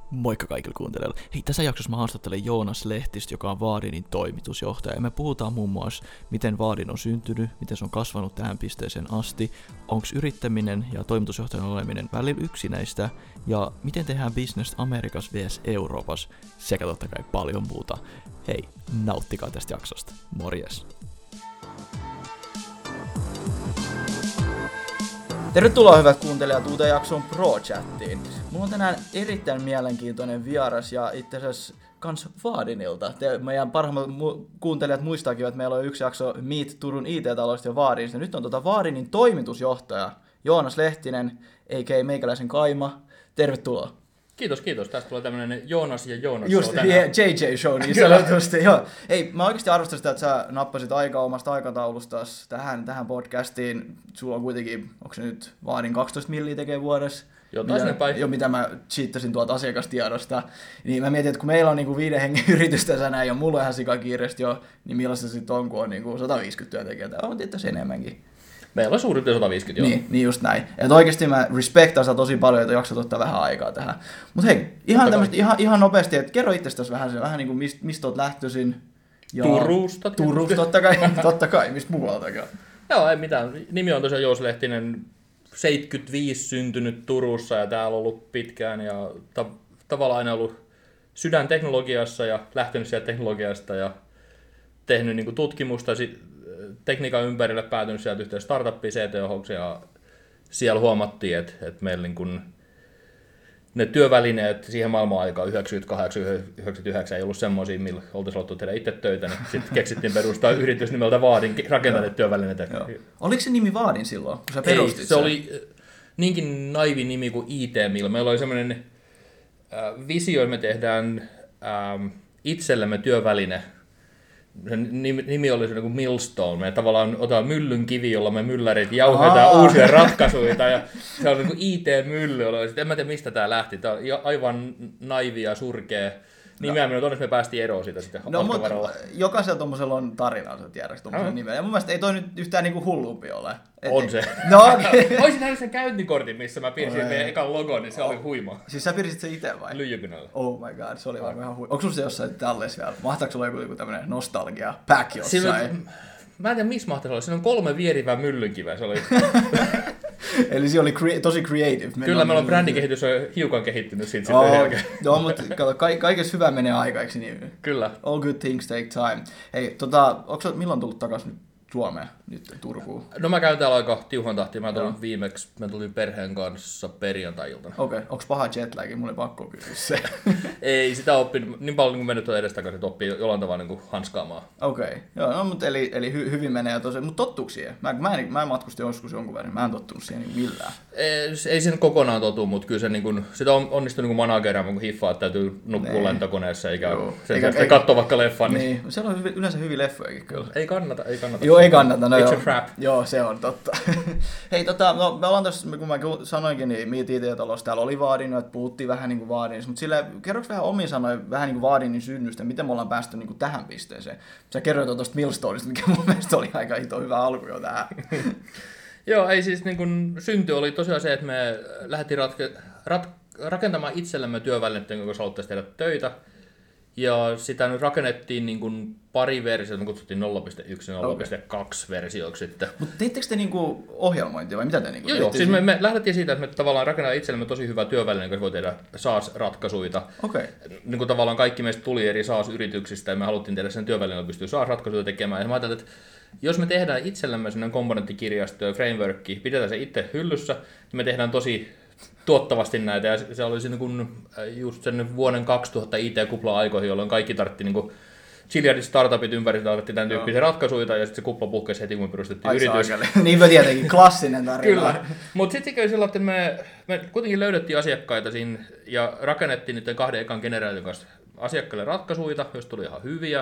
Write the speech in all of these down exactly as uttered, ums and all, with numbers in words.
Moikka kaikille kuuntelijoille. Hei, tässä jaksossa mä haastattelen Joonas Lehtistä, joka on Vaadinin toimitusjohtaja. Ja me puhutaan muun muassa, miten Vaadin on syntynyt, miten se on kasvanut tähän pisteeseen asti, onko yrittäminen ja toimitusjohtajan oleminen välillä yksinäistä, ja miten tehdään business Amerikassa vs Euroopassa, sekä totta kai paljon muuta. Hei, nauttikaa tästä jaksosta. Morjes! Tervetuloa hyvät kuuntelijat uuteen jaksoon Pro-chattiin. Mulla on tänään erittäin mielenkiintoinen vieras ja itse asiassa kans Vaadinilta. Te, meidän parhaimmat mu- kuuntelijat muistaakin, että meillä on yksi jakso Meet Turun I T-taloista ja Vaadinista. Nyt on tota Vaadinin toimitusjohtaja Joonas Lehtinen, a k a meikäläisen kaima. Tervetuloa. Kiitos, kiitos. Tästä tulee tämmönen Joonas ja Joonas Just, show yeah, J J-show niin sanotusti. Joo. Ei, mä oikeasti arvostan sitä, että sä nappasit aikaa omasta aikataulusta tähän, tähän podcastiin. Sulla on kuitenkin, onko se nyt Vaadin kaksitoista milliä tekee vuodessa? Jotain sinne päin. Jo mitä mä cheattasin tuolta asiakastiedosta. Niin mä mietin, että kun meillä on niinku viiden hengen yritystä tässä näin ja mulla on ihan sikakiireesti jo, niin millaista se sitten on, kun on niinku sata viisikymmentä työntekijää. On tietysti enemmänkin. Meillä on suurin piirtein sata viisikymmentä, joo. Niin, niin just näin. Että oikeasti mä respektaan sitä tosi paljon, että jaksat ottaa vähän aikaa tähän. Mutta hei, ihan, ihan, ihan nopeasti, että kerro itsestäsi vähän se, vähän niin kuin mistä mist oot lähtöisin. Ja Turusta. Turusta, totta kai, totta kai, mistä muualtakaan. Joo, ei mitään. Nimi on tosiaan Joos Lehtinen, seitsemänkymmentäviisi syntynyt Turussa ja täällä on ollut pitkään ja ta- tavallaan aina ollut sydän teknologiassa ja lähtenyt sieltä teknologiasta ja tehnyt niin kuin tutkimusta tekniikan ympärille, päätynyt sieltä yhteen startuppiin C T O:ksi ja siellä huomattiin, että, että meillä niin kuin ne työvälineet siihen maailman aikaan yhdeksänkymmentäkahdeksan yhdeksänkymmentäyhdeksän ei ollut semmoisia, millä oltaisiin haluttu tehdä itse töitä, niin sitten keksittiin perustaa yritys nimeltä Vaadin rakentaneet työvälineitä. Oliko se nimi Vaadin silloin, kun sä perustit ei, se sen? oli niinkin naivi nimi kuin I T-millä. Meillä oli semmoinen äh, visio, että me tehdään äh, itsellemme työväline. Sen nimi, nimi oli se niin kuin Millstone. Me tavallaan otetaan myllyn kivi, jolla me myllärit jauhetaan Aa. uusia ratkaisuja. Ja se on niin kuin I T-mylly. En mä tiedä, mistä tämä lähti. Tämä on aivan naivi ja surkea nimeäminen. No. Onneksi me päästiin eroon siitä sitten no, mutta jokaisella tuommoisella on tarinansa, tiedätkö, tuommoisen nimen. Ja mun mielestä ei toi nyt yhtään niinku hullumpi ole. Et, on se. No okei. Olisin nähnyt sen käyntikortin, missä mä piirsin oh, meidän ekan logon, niin se oh. oli huima. Siis sä piirsit sen itse vai? Lyijykynällä. Oh my god, se oli varmaan ihan huima. Onko sulla se jossain tallessa vielä? Mahtaako sulla joku, joku tämmönen nostalgia pack jossain? Siinä, mä en tiedä, missä mahtaisi olla. Siinä on kolme vierivää myllynkiveä. Se oli... Eli se oli cre- tosi creative. Me Kyllä, meillä on brändikehitys on hiukan kehittynyt siitä oh, sitten jälkeen. No, mutta kato, ka- kaikessa hyvä menee aikaa, eikö niin? Kyllä. All good things take time. Hei, tota, onko sä milloin tullut takaisin Suomeen, nyt Turkuun? No mä käyn täällä aika tiuhan tahtiin. Mä tulin viimeksi, mä tulin perheen kanssa perjantai-iltana. Okei, okay. Onko paha jetlagi? Mulla ei pakko kysyä se. Ei sitä oppinut, niin paljon kuin mennyt on edestakaisin, että oppii jollain tavalla niin hanskaamaan. Okei, okay. Joo, no, mutta eli, eli hy, hyvin menee tosiaan, mutta tottuuko siihen? Mä, mä, en, mä matkustin joskus jonkun verran, mä en tottunut siihen niin millään. Ei, ei sen kokonaan totu, mutta kyllä se niin kuin, sitä on onnistunut niin manageramaan, kun hiffaa, että täytyy nukkua nee. lentokoneessa, eikä sen eikä, eikä katsoa vaikka leffan. Niin, niin siellä on hyvi, yleensä hyviä leffojakin kyllä. Ei kannata, ei kannata. Joo, ei kannata. No, It's joo. a trap. Joo, se on totta. Hei, tota, no, me ollaan tässä, kun mä sanoinkin, niin Meet I T-talossa täällä oli Vaadin, että puhuttiin vähän niin kuin Vaadinissa, mutta sille kerroks vähän omin sanoin vähän niin kuin Vaadinin synnystä, miten me ollaan päästy niin kuin tähän pisteeseen. Sä kerroit tuosta Millstoneista, mikä mun mielestä oli aika hito hyvä alku jo tähän. Joo, ei siis niin kuin synty oli tosiaan se, että me lähdettiin ratke, rat, rakentamaan itsellemme työvälineitä, kun haluttaisiin tehdä töitä. Ja sitä nyt rakennettiin niin kuin pari versiota, me kutsuttiin nolla pilkku yksi ja nolla pilkku kaksi okay. versioiksi sitten. Mutta teittekö te niinku ohjelmointia vai mitä te niinku Joo, joo. Siis me, me lähdettiin siitä, että me tavallaan rakennetaan itsellemme tosi hyvä työväline, joka voi tehdä SaaS-ratkaisuja. Okay. Niin kuin tavallaan kaikki meistä tuli eri SaaS-yrityksistä ja me haluttiin tehdä sen työvälineen, joka pystyy SaaS-ratkaisuja tekemään. Ja mä ajattelin, että jos me tehdään itsellemme sellainen komponenttikirjasto ja frameworkki, pidetään se itse hyllyssä, niin me tehdään tosi tuottavasti näitä, ja se oli niin kuin just sen vuoden kaksituhatta I T-kupla-aikoihin, jolloin kaikki tartti niin kuin Chiliadit startupit ympäri tarvittiin tämän tyyppisiä ratkaisuja, ja sitten se kupla puhkesi heti, kun me perustettiin Ai yritys. Niinpä tietenkin, klassinen tarina. Kyllä, mutta sitten kävi sillä, että me, me kuitenkin löydettiin asiakkaita siinä, ja rakennettiin niiden kahden ekan generaation kanssa asiakkaille ratkaisuja, joista tuli ihan hyviä.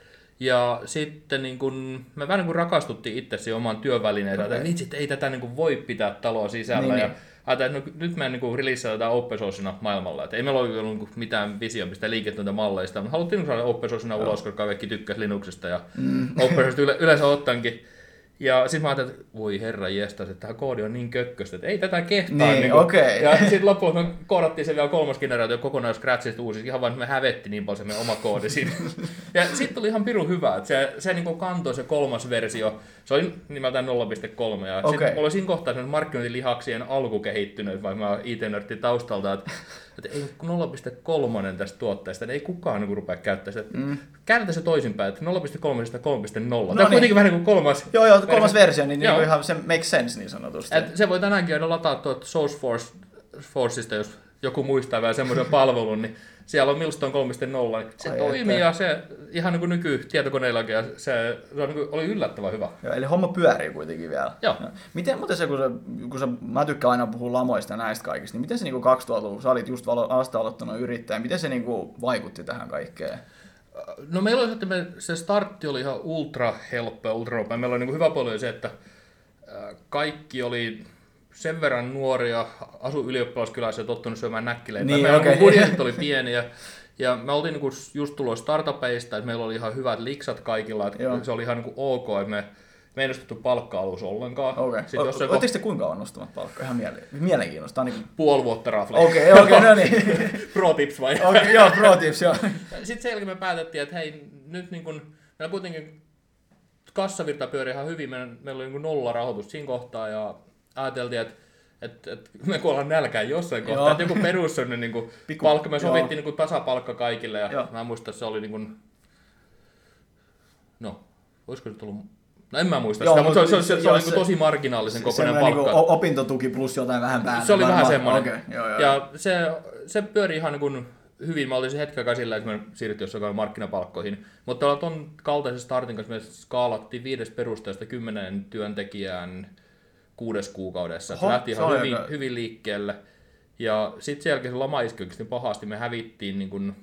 Ja sitten niin kun, me vähän niin kuin rakastuttiin itse siihen omaan työvälineeseen, okay. että itse ei tätä niin kuin voi pitää taloa sisällä. Niin, ja niin. Ajattelin, että no, nyt me niin releaseataan tätä open sourcena maailmalla. Että ei meillä ollut mitään visioa mistä liiketoimintamalleista, mutta haluttiin saada open sourcena ulos, koska kaikki tykkäsivät Linuxista ja mm. open sourcesta yle- yleensä ottankin. Ja sitten mä ajattelin, että voi herra jestas, että tämä koodi on niin kökköstä, että ei tätä kehtaa. Niin, niin okei. Okay. Ja sitten loppuun me koodattiin se vielä kolmas generaatio kokonaan Scratchista uusiksi, ihan vaan me hävetti niin paljon se meidän oma koodi siinä. Ja sitten tuli ihan pirun hyvä, että se, se niin kantoi se kolmas versio, se oli nimeltään nolla pilkku kolme. Ja okay. Sitten mulla oli siinä kohtaa sellainen markkinointilihaksien alku kehittynyt, vaikka mä oon I T-nörtti taustalta, että, että ei nolla pilkku kolme tästä tuotteesta, ei kukaan niin rupea käyttämään sitä. Mm. Käännetään se toisinpäin, että nolla pilkku kolme kolme pilkku nolla. Tämä on kuitenkin vähän niin kuin kolmas. Joo, joo, kolmas versio, niin, niin ihan se makes sense niin sanotusti. Et se voi tänäänkin aina lataa tuolta SourceForceista, jos joku muistaa vielä semmoisen palvelun, niin siellä on Millstone kolme pilkku nolla, niin se Ai toimii että... ja se ihan niin kuin nykytietokoneillakin ja se, se on, niin kuin, oli yllättävän hyvä. Joo, eli homma pyörii kuitenkin vielä. Joo. Ja. Miten muuten se, kun, se, kun se, mä tykkään aina puhua lamoista ja näistä kaikista, niin miten se niin kuin kaksituhattaluvulla, sä olit just vasta aloittanut yrittäjä, miten se niin kuin vaikutti tähän kaikkeen? No meillä oli, että me, se startti oli ihan ultra helppo ja ultra nopea. Meillä oli niin kuin hyvä puoli se, että kaikki oli sen verran nuoria, asu ylioppilaskylässä ja tottunut syömään näkkileipää. Niin, meidän okay. budjetit oli pieniä. Ja me oltiin niinku just tullut startupeista, että meillä oli ihan hyvät liksat kaikilla. Että se oli ihan niinku ok, että me, me ei nostettu palkka-alus ollenkaan. Okay. Oletteko ko- te kuinka on nostamat palkkaa? Ihan mielenkiinnosta. Niin... Puoli vuotta rafle. Okei, okay, okei, okay, no niin. Pro tips vai? Okei, okay, joo, pro tips, joo. Sitten sen jälkeen me päätettiin, että hei, nyt niin kun, meillä kuitenkin kassavirta pyörii ihan hyvin. Meillä, meillä oli niin nolla rahoitusta siinä kohtaa ja ajateltiin, että Et, et, me kuollaan nälkään jossain kohtaa, että joku perus on niin kuin, palkka, me sovittiin niin tasapalkka kaikille ja joo. Mä muistan, että se oli niin kuin, no, olisiko se ollut, no en mä muista joo, sitä, mutta se, se, se, se, se oli niin tosi marginaalisen kokoinen palkka. Niin opintotuki plus jotain vähän päälle. Se oli varmaan vähän semmoinen. Okay, joo, joo. Ja se, se pyöri ihan niin kuin hyvin, mä olin se hetken aikaa sillä, että me siirryttiin jossain markkinapalkkoihin, mutta tuon kaltaisen startin kanssa me skaalattiin viides perusteesta kymmenen työntekijään kuudes kuukaudessa. Se lähti ihan hyvin, hyvin liikkeelle. Ja sitten sen jälkeen se lama iski pahasti. Me hävittiin niin kun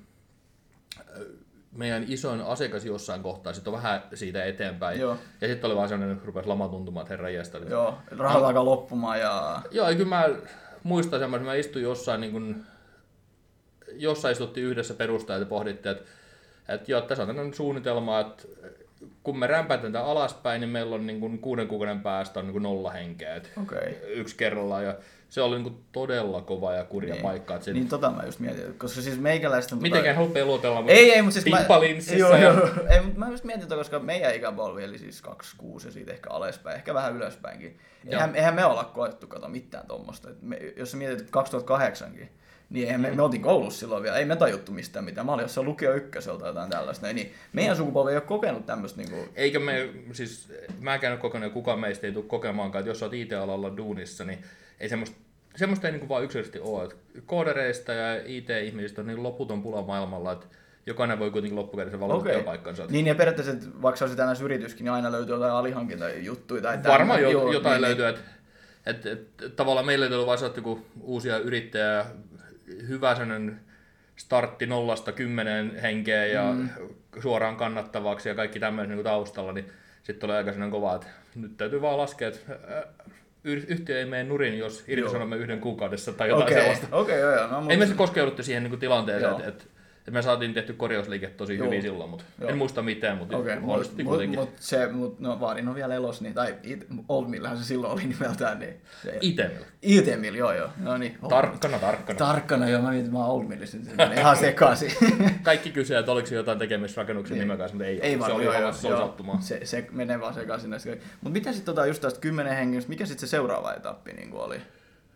meidän isoin asiakas jossain kohtaa, sitten on vähän siitä eteenpäin. Joo. Ja sitten oli vaan sellainen, että rupesi lama tuntumaan, että herran jästä. Joo, rahat no, alkaa loppumaan. Ja... Joo, ja kyllä mä muistan semmoisen, mä istuin jossain, niin kun, jossain istuttiin yhdessä perustajat ja pohdittiin, että, että joo, tässä on tämmöinen suunnitelma, että kun me rämpätään tätä alaspäin, niin meillä on niin kuin kuuden kuukauden päästä on niin kuin nolla henkeä. Okay. Yksi kerrallaan. Ja se oli niin kuin todella kova ja kurja niin. paikka. Sen... Niin tota mä just mietin, koska siis meikäläistä... Mitenkään tota... halpea luotella, mutta ei, ei, mutta siis tippalinssissä. Joo, ja... joo. Ei, mutta mä just mietin, koska meidän ikäpolvi eli siis kaksikymmentäkuusi ja siitä ehkä alaspäin, ehkä vähän ylöspäinkin. Eihän, eihän me olla koettu kato mitään tommoista. Me, jos sä mietit kaksituhattakahdeksankin, niin eihän me, me oltiin koulussa silloin vielä, ei me tajuttu mistään mitään. Mä olin jossain lukio ykköseltä tai jotain tällaista. Niin meidän sukupolvi ei ole kokenut tämmöistä. Niin kuin... Eikä me, siis mä en käynyt kokenut, kukaan meistä ei tule kokemaankaan, että jos sä oot I T-alalla duunissa, niin ei semmoista, semmoista ei niin kuin vaan yksilöllisesti ole. Koodereista ja I T-ihmisistä on niin loputon pula maailmalla, että jokainen voi kuitenkin loppukädessä valita okay. työpaikkansa. Niin ja periaatteessa, vaikka se olisi tänään yrityskin, niin aina löytyy jotain alihankintajuttuja. Tai varmaan jo, joo, jotain niin, löytyy. Että et, et, et, tavallaan meille ei tullut vaan joku uusia yrittäjää, hyvä sellainen startti nollasta kymmeneen henkeä ja mm. suoraan kannattavaksi ja kaikki tämmöinen niin taustalla, niin sitten oli aika sellainen kova, että nyt täytyy vaan laskea, että yhtiö ei mene nurin, jos irtisanomme yhden kuukaudessa tai jotain okay. sellaista. Okay, joo, joo. No, ei me se koskeuduttu siihen niin kuin tilanteeseen, että et, et me saatiin tehty korjausliike tosi joo. hyvin silloin, mutta joo. en muista mitään, mutta okay. onnistuttiin kuitenkin. Mutta se, mut, no Vaadin on vielä elos, niin, tai Old Millhän se silloin oli nimeltään. Niin I T Mill. I T Mill, joo joo. No niin, tarkkana, tarkkana. Tarkkana, joo, mä mietin, että mä oon Old Millissä, niin se ihan sekaisin. Kaikki kysyy, että oliko jotain tekemistä rakennuksen nimen kanssa, mutta ei, ei ole. Se oli ihan sattumaa. Se, se menee vaan sekaisin näistä. Mutta mitä sitten tota, just tästä kymmenen hengestä, mikä sitten se seuraava etappi niin kuin oli?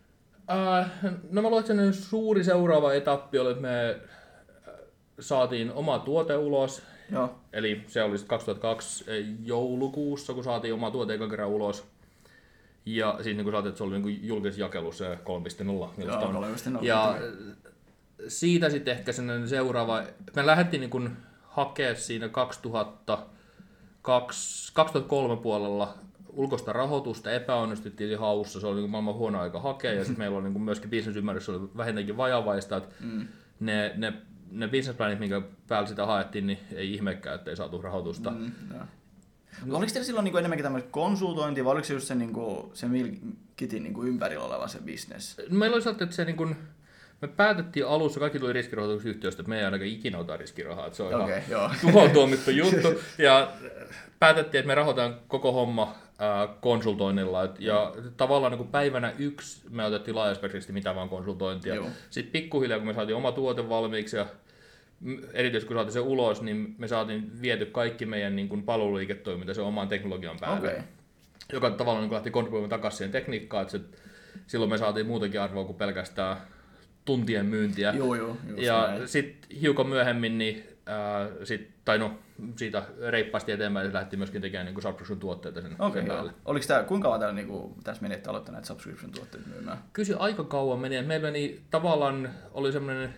Uh, no mä luulen, että sellainen suuri seuraava etappi oli, että me saatiin oma tuote ulos. Joo. Eli se oli kaksituhattakaksi joulukuussa, kun saatiin oma tuote ekan kerran ulos. Ja siis niin kuin saatiin, että se oli niin julkisjakelu se kolme piste nolla. Joo, ja siitä sitten ehkä sellainen seuraava, me lähdettiin niin kuin hakea siinä kaksituhattakaksi, kaksituhattakolme puolella ulkoista rahoitusta, epäonnistuttiin haussa, se oli niin maailman huono aika hakea, ja sitten meillä oli niin myöskin business-ymmärrys oli vähintäänkin vajavaista, että mm. ne, ne, ne business-planit, minkä päällä sitä haettiin, niin ei ihmekään, ettei saatu rahoitusta. Mm, no. Oliko teillä silloin niin kuin enemmänkin tämmöinen konsultointi, vai oliko se just se, niin kuin, se Mill Kitin niin kuin ympärillä oleva se business? Meillä oli sellainen, että se niin kuin, me päätettiin alussa, kaikki tuli riskirahoitusyhtiöstä, että me ei ainakaan ikinä ota riskirahaa, että se on okay, ihan tuhoon tuomittu juttu. Ja päätettiin, että me rahoitetaan koko homma äh, konsultoinnilla. Et, ja tavallaan niin kuin päivänä yksi me otettiin laajaspektrisesti mitä vaan konsultointia. Joo. Sitten pikkuhiljaa, kun me saatiin oma tuote valmiiksi ja erityisesti kun saatiin se ulos, niin me saatiin viety kaikki meidän niin kuin palveluliiketoiminta sen oman teknologian päälle. Okay. Joka tavallaan niin kuin lähti kontribuoimaan takaisin siihen tekniikkaan, että se, silloin me saatiin muutenkin arvoa kuin pelkästään tuntien myyntiä. Joo, joo, ja sitten hiukan myöhemmin, niin, ää, sit, tai no, siitä reippaasti eteenpäin, että lähti myöskin tekemään niin subscription-tuotteita sen, okay, sen päälle. Oliko tämä, kuinka kauan täällä, niin kuin, tässä meni, että aloittaa näitä subscription-tuotteita myymään? Kyllä aika kauan meni. Meillä meni tavallaan, oli semmoinen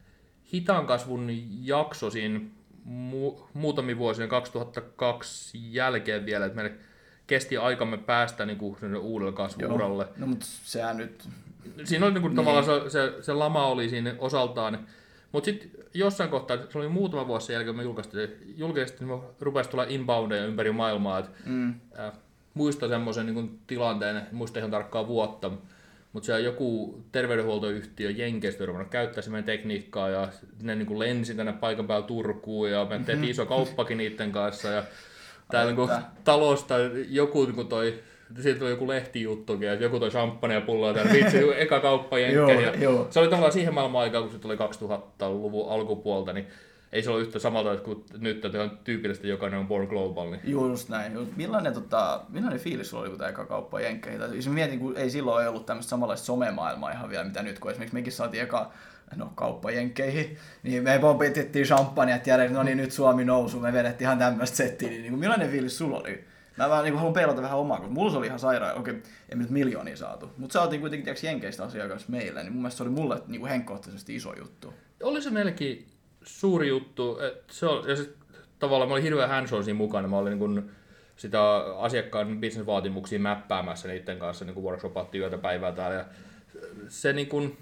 hitaan kasvun jakso siinä mu- muutamia vuosia, kaksituhattakaksi jälkeen vielä, että meillä kesti aikamme päästä niin kuin uudelle kasvu-uralle. Joo. No mutta sehän nyt... Siinä oli niin kuin niin. tavallaan se, se, se lama oli siinä osaltaan, mutta sitten jossain kohtaa, se oli muutama vuosi sen jälkeen, kun me julkaistiin, julkisesti niin rupesi tulla inboundeja ympäri maailmaa. Et, mm. äh, muista semmoisen niin tilanteen, muista ihan tarkkaa vuotta, mutta siellä joku terveydenhuoltoyhtiö Jenkeistä on ruvennut käyttää meidän tekniikkaa ja ne niin kuin lensi tänne paikan päällä Turkuun ja me tehtiin mm-hmm. iso kauppakin niiden kanssa. Ja täällä niin talosta joku niin toi, siitä tuli joku lehtijuttukin, että joku toi champagnepulloa täällä vitsi, eka kauppa Jenkkeihin. Se oli tavallaan siihen maailman aikaan, kun se tuli kaksituhattaluvun alkupuolta, niin ei se ole yhtä samalta kuin nyt, että on tyypillisesti jokainen on born global. Niin. Just näin. Millainen, tota, millainen fiilis sulla oli, kun tämä eka kauppa Jenkkeihin? Jos mietin, kun ei silloin ollut tämmöistä samanlaista somemaailmaa ihan vielä, mitä nyt, kun esimerkiksi mekin saatiin eka no, kauppa Jenkkeihin, niin me pompitettiin champagnea, että jälleen, no niin, nyt Suomi nousu, me vedettiin ihan tämmöistä settiä, niin, niin millainen fiilis sulla oli? Mä vaan niin haluan peilata vähän omaa, koska mulla se oli ihan sairaan, okei, ei me nyt miljoonia saatu, mutta saatiin kuitenkin tiiäks, Jenkeistä asiakas meille, niin mun mielestä se oli mulle niin henkkohtaisesti iso juttu. Oli se meillekin suuri juttu, että se oli, ja sit, tavallaan mä olin hirveän hands-on siinä mukana, mä olin niin kun sitä asiakkaan business-vaatimuksia mäppäämässä niiden kanssa, niin kuin workshopattiin yötä päivää täällä, ja se niin kun,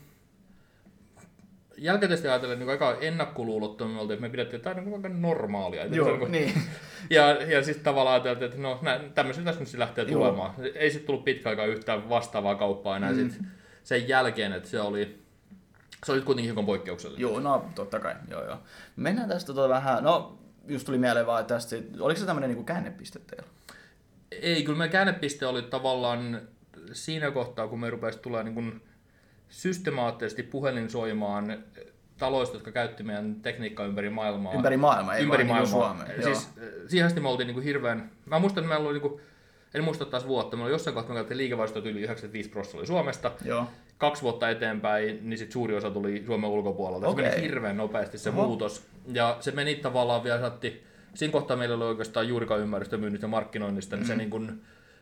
jälkikäteen ajatellen niin aika ennakkoluulottomia oltiin, että me pidettiin jotain niin aika normaalia. Joo, niin. niin. Ja, ja sitten tavallaan ajateltiin, että no tämmöisiä tässä nyt lähtee Joo. tulemaan. Ei sitten tullut pitkä aikaa yhtään vastaavaa kauppaa enää mm. sit sen jälkeen, että se oli, se oli kuitenkin hiukan poikkeuksellinen. Joo, no totta kai. Joo, joo. Mennään tästä tota vähän, no just tuli mieleen vaan tästä, oliko se tämmöinen niin käännepiste teillä? Ei, kyllä meidän käännepiste oli tavallaan siinä kohtaa, kun me rupesi tulemaan niin kuin systemaattisesti puhelin soimaan taloista, jotka käytti meidän tekniikkaa ympäri maailmaa. Ympäri maailmaa, ei ympäri vaan niin Suomeen. Siis, siihen asti me oltiin niin kuin hirveän... Mä muistan, että meillä oli, niin kuin, en muista taas vuotta, meillä oli jossain kohtaa, me käytiin liikevaihtoa yli yhdeksänkymmentäviisi prosenttia oli Suomesta. Joo. Kaksi vuotta eteenpäin, niin sit suuri osa tuli Suomen ulkopuolelta. Okay. Se meni hirveän nopeasti se Oho. muutos. Ja se meni tavallaan vielä, saatti... Siinä kohtaa meillä oli oikeastaan juurikaan ymmärrystä myynnistä ja markkinoinnista, mm. niin se, niin kuin,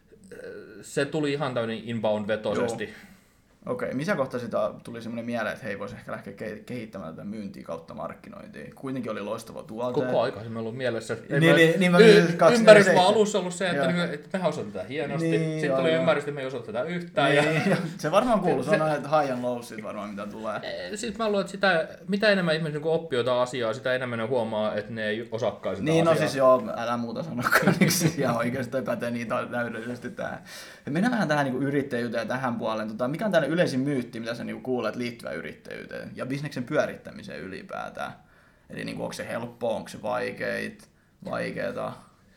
se tuli ihan tämmöinen inbound-vetoisesti. Joo. Okei, okay. Missä kohtaa sitä tuli semmoinen mieleen, että hei, voisi ehkä lähteä kehittämään tätä myyntiä kautta markkinointia? Kuitenkin oli loistava tuote. Koko aika se meillä ollut mielessä. Niin, niin, niin, y- ymmärrys vaan alussa ollut se, että, niin, että mehän osataan tätä hienosti. Niin, Sitten joo, tuli joo. ymmärrys, että me ei osata tätä yhtään. Niin, ja... Se varmaan kuuluu, se on näitä high and lows varmaan, mitä tulee. Sitten mä luulen, että sitä, mitä enemmän ihmiset oppii jotain asiaa, sitä enemmän ne huomaa, että ne ei osaakaan sitä niin, asiaa. Niin, no siis joo, älä muuta sanokaan, ihan oikeasti toi pätee niin täydellisesti tähän. Mennään vähän tähän niin yrittäjyyteen ja tähän puoleen. Tota, mikä on tällainen yleisin myytti, mitä sä niin kuulet liittyvän yrittäjyyteen ja bisneksen pyörittämiseen ylipäätään? Eli niin kuin, onko se helppoa, onko se vaikeit, vaikeeta?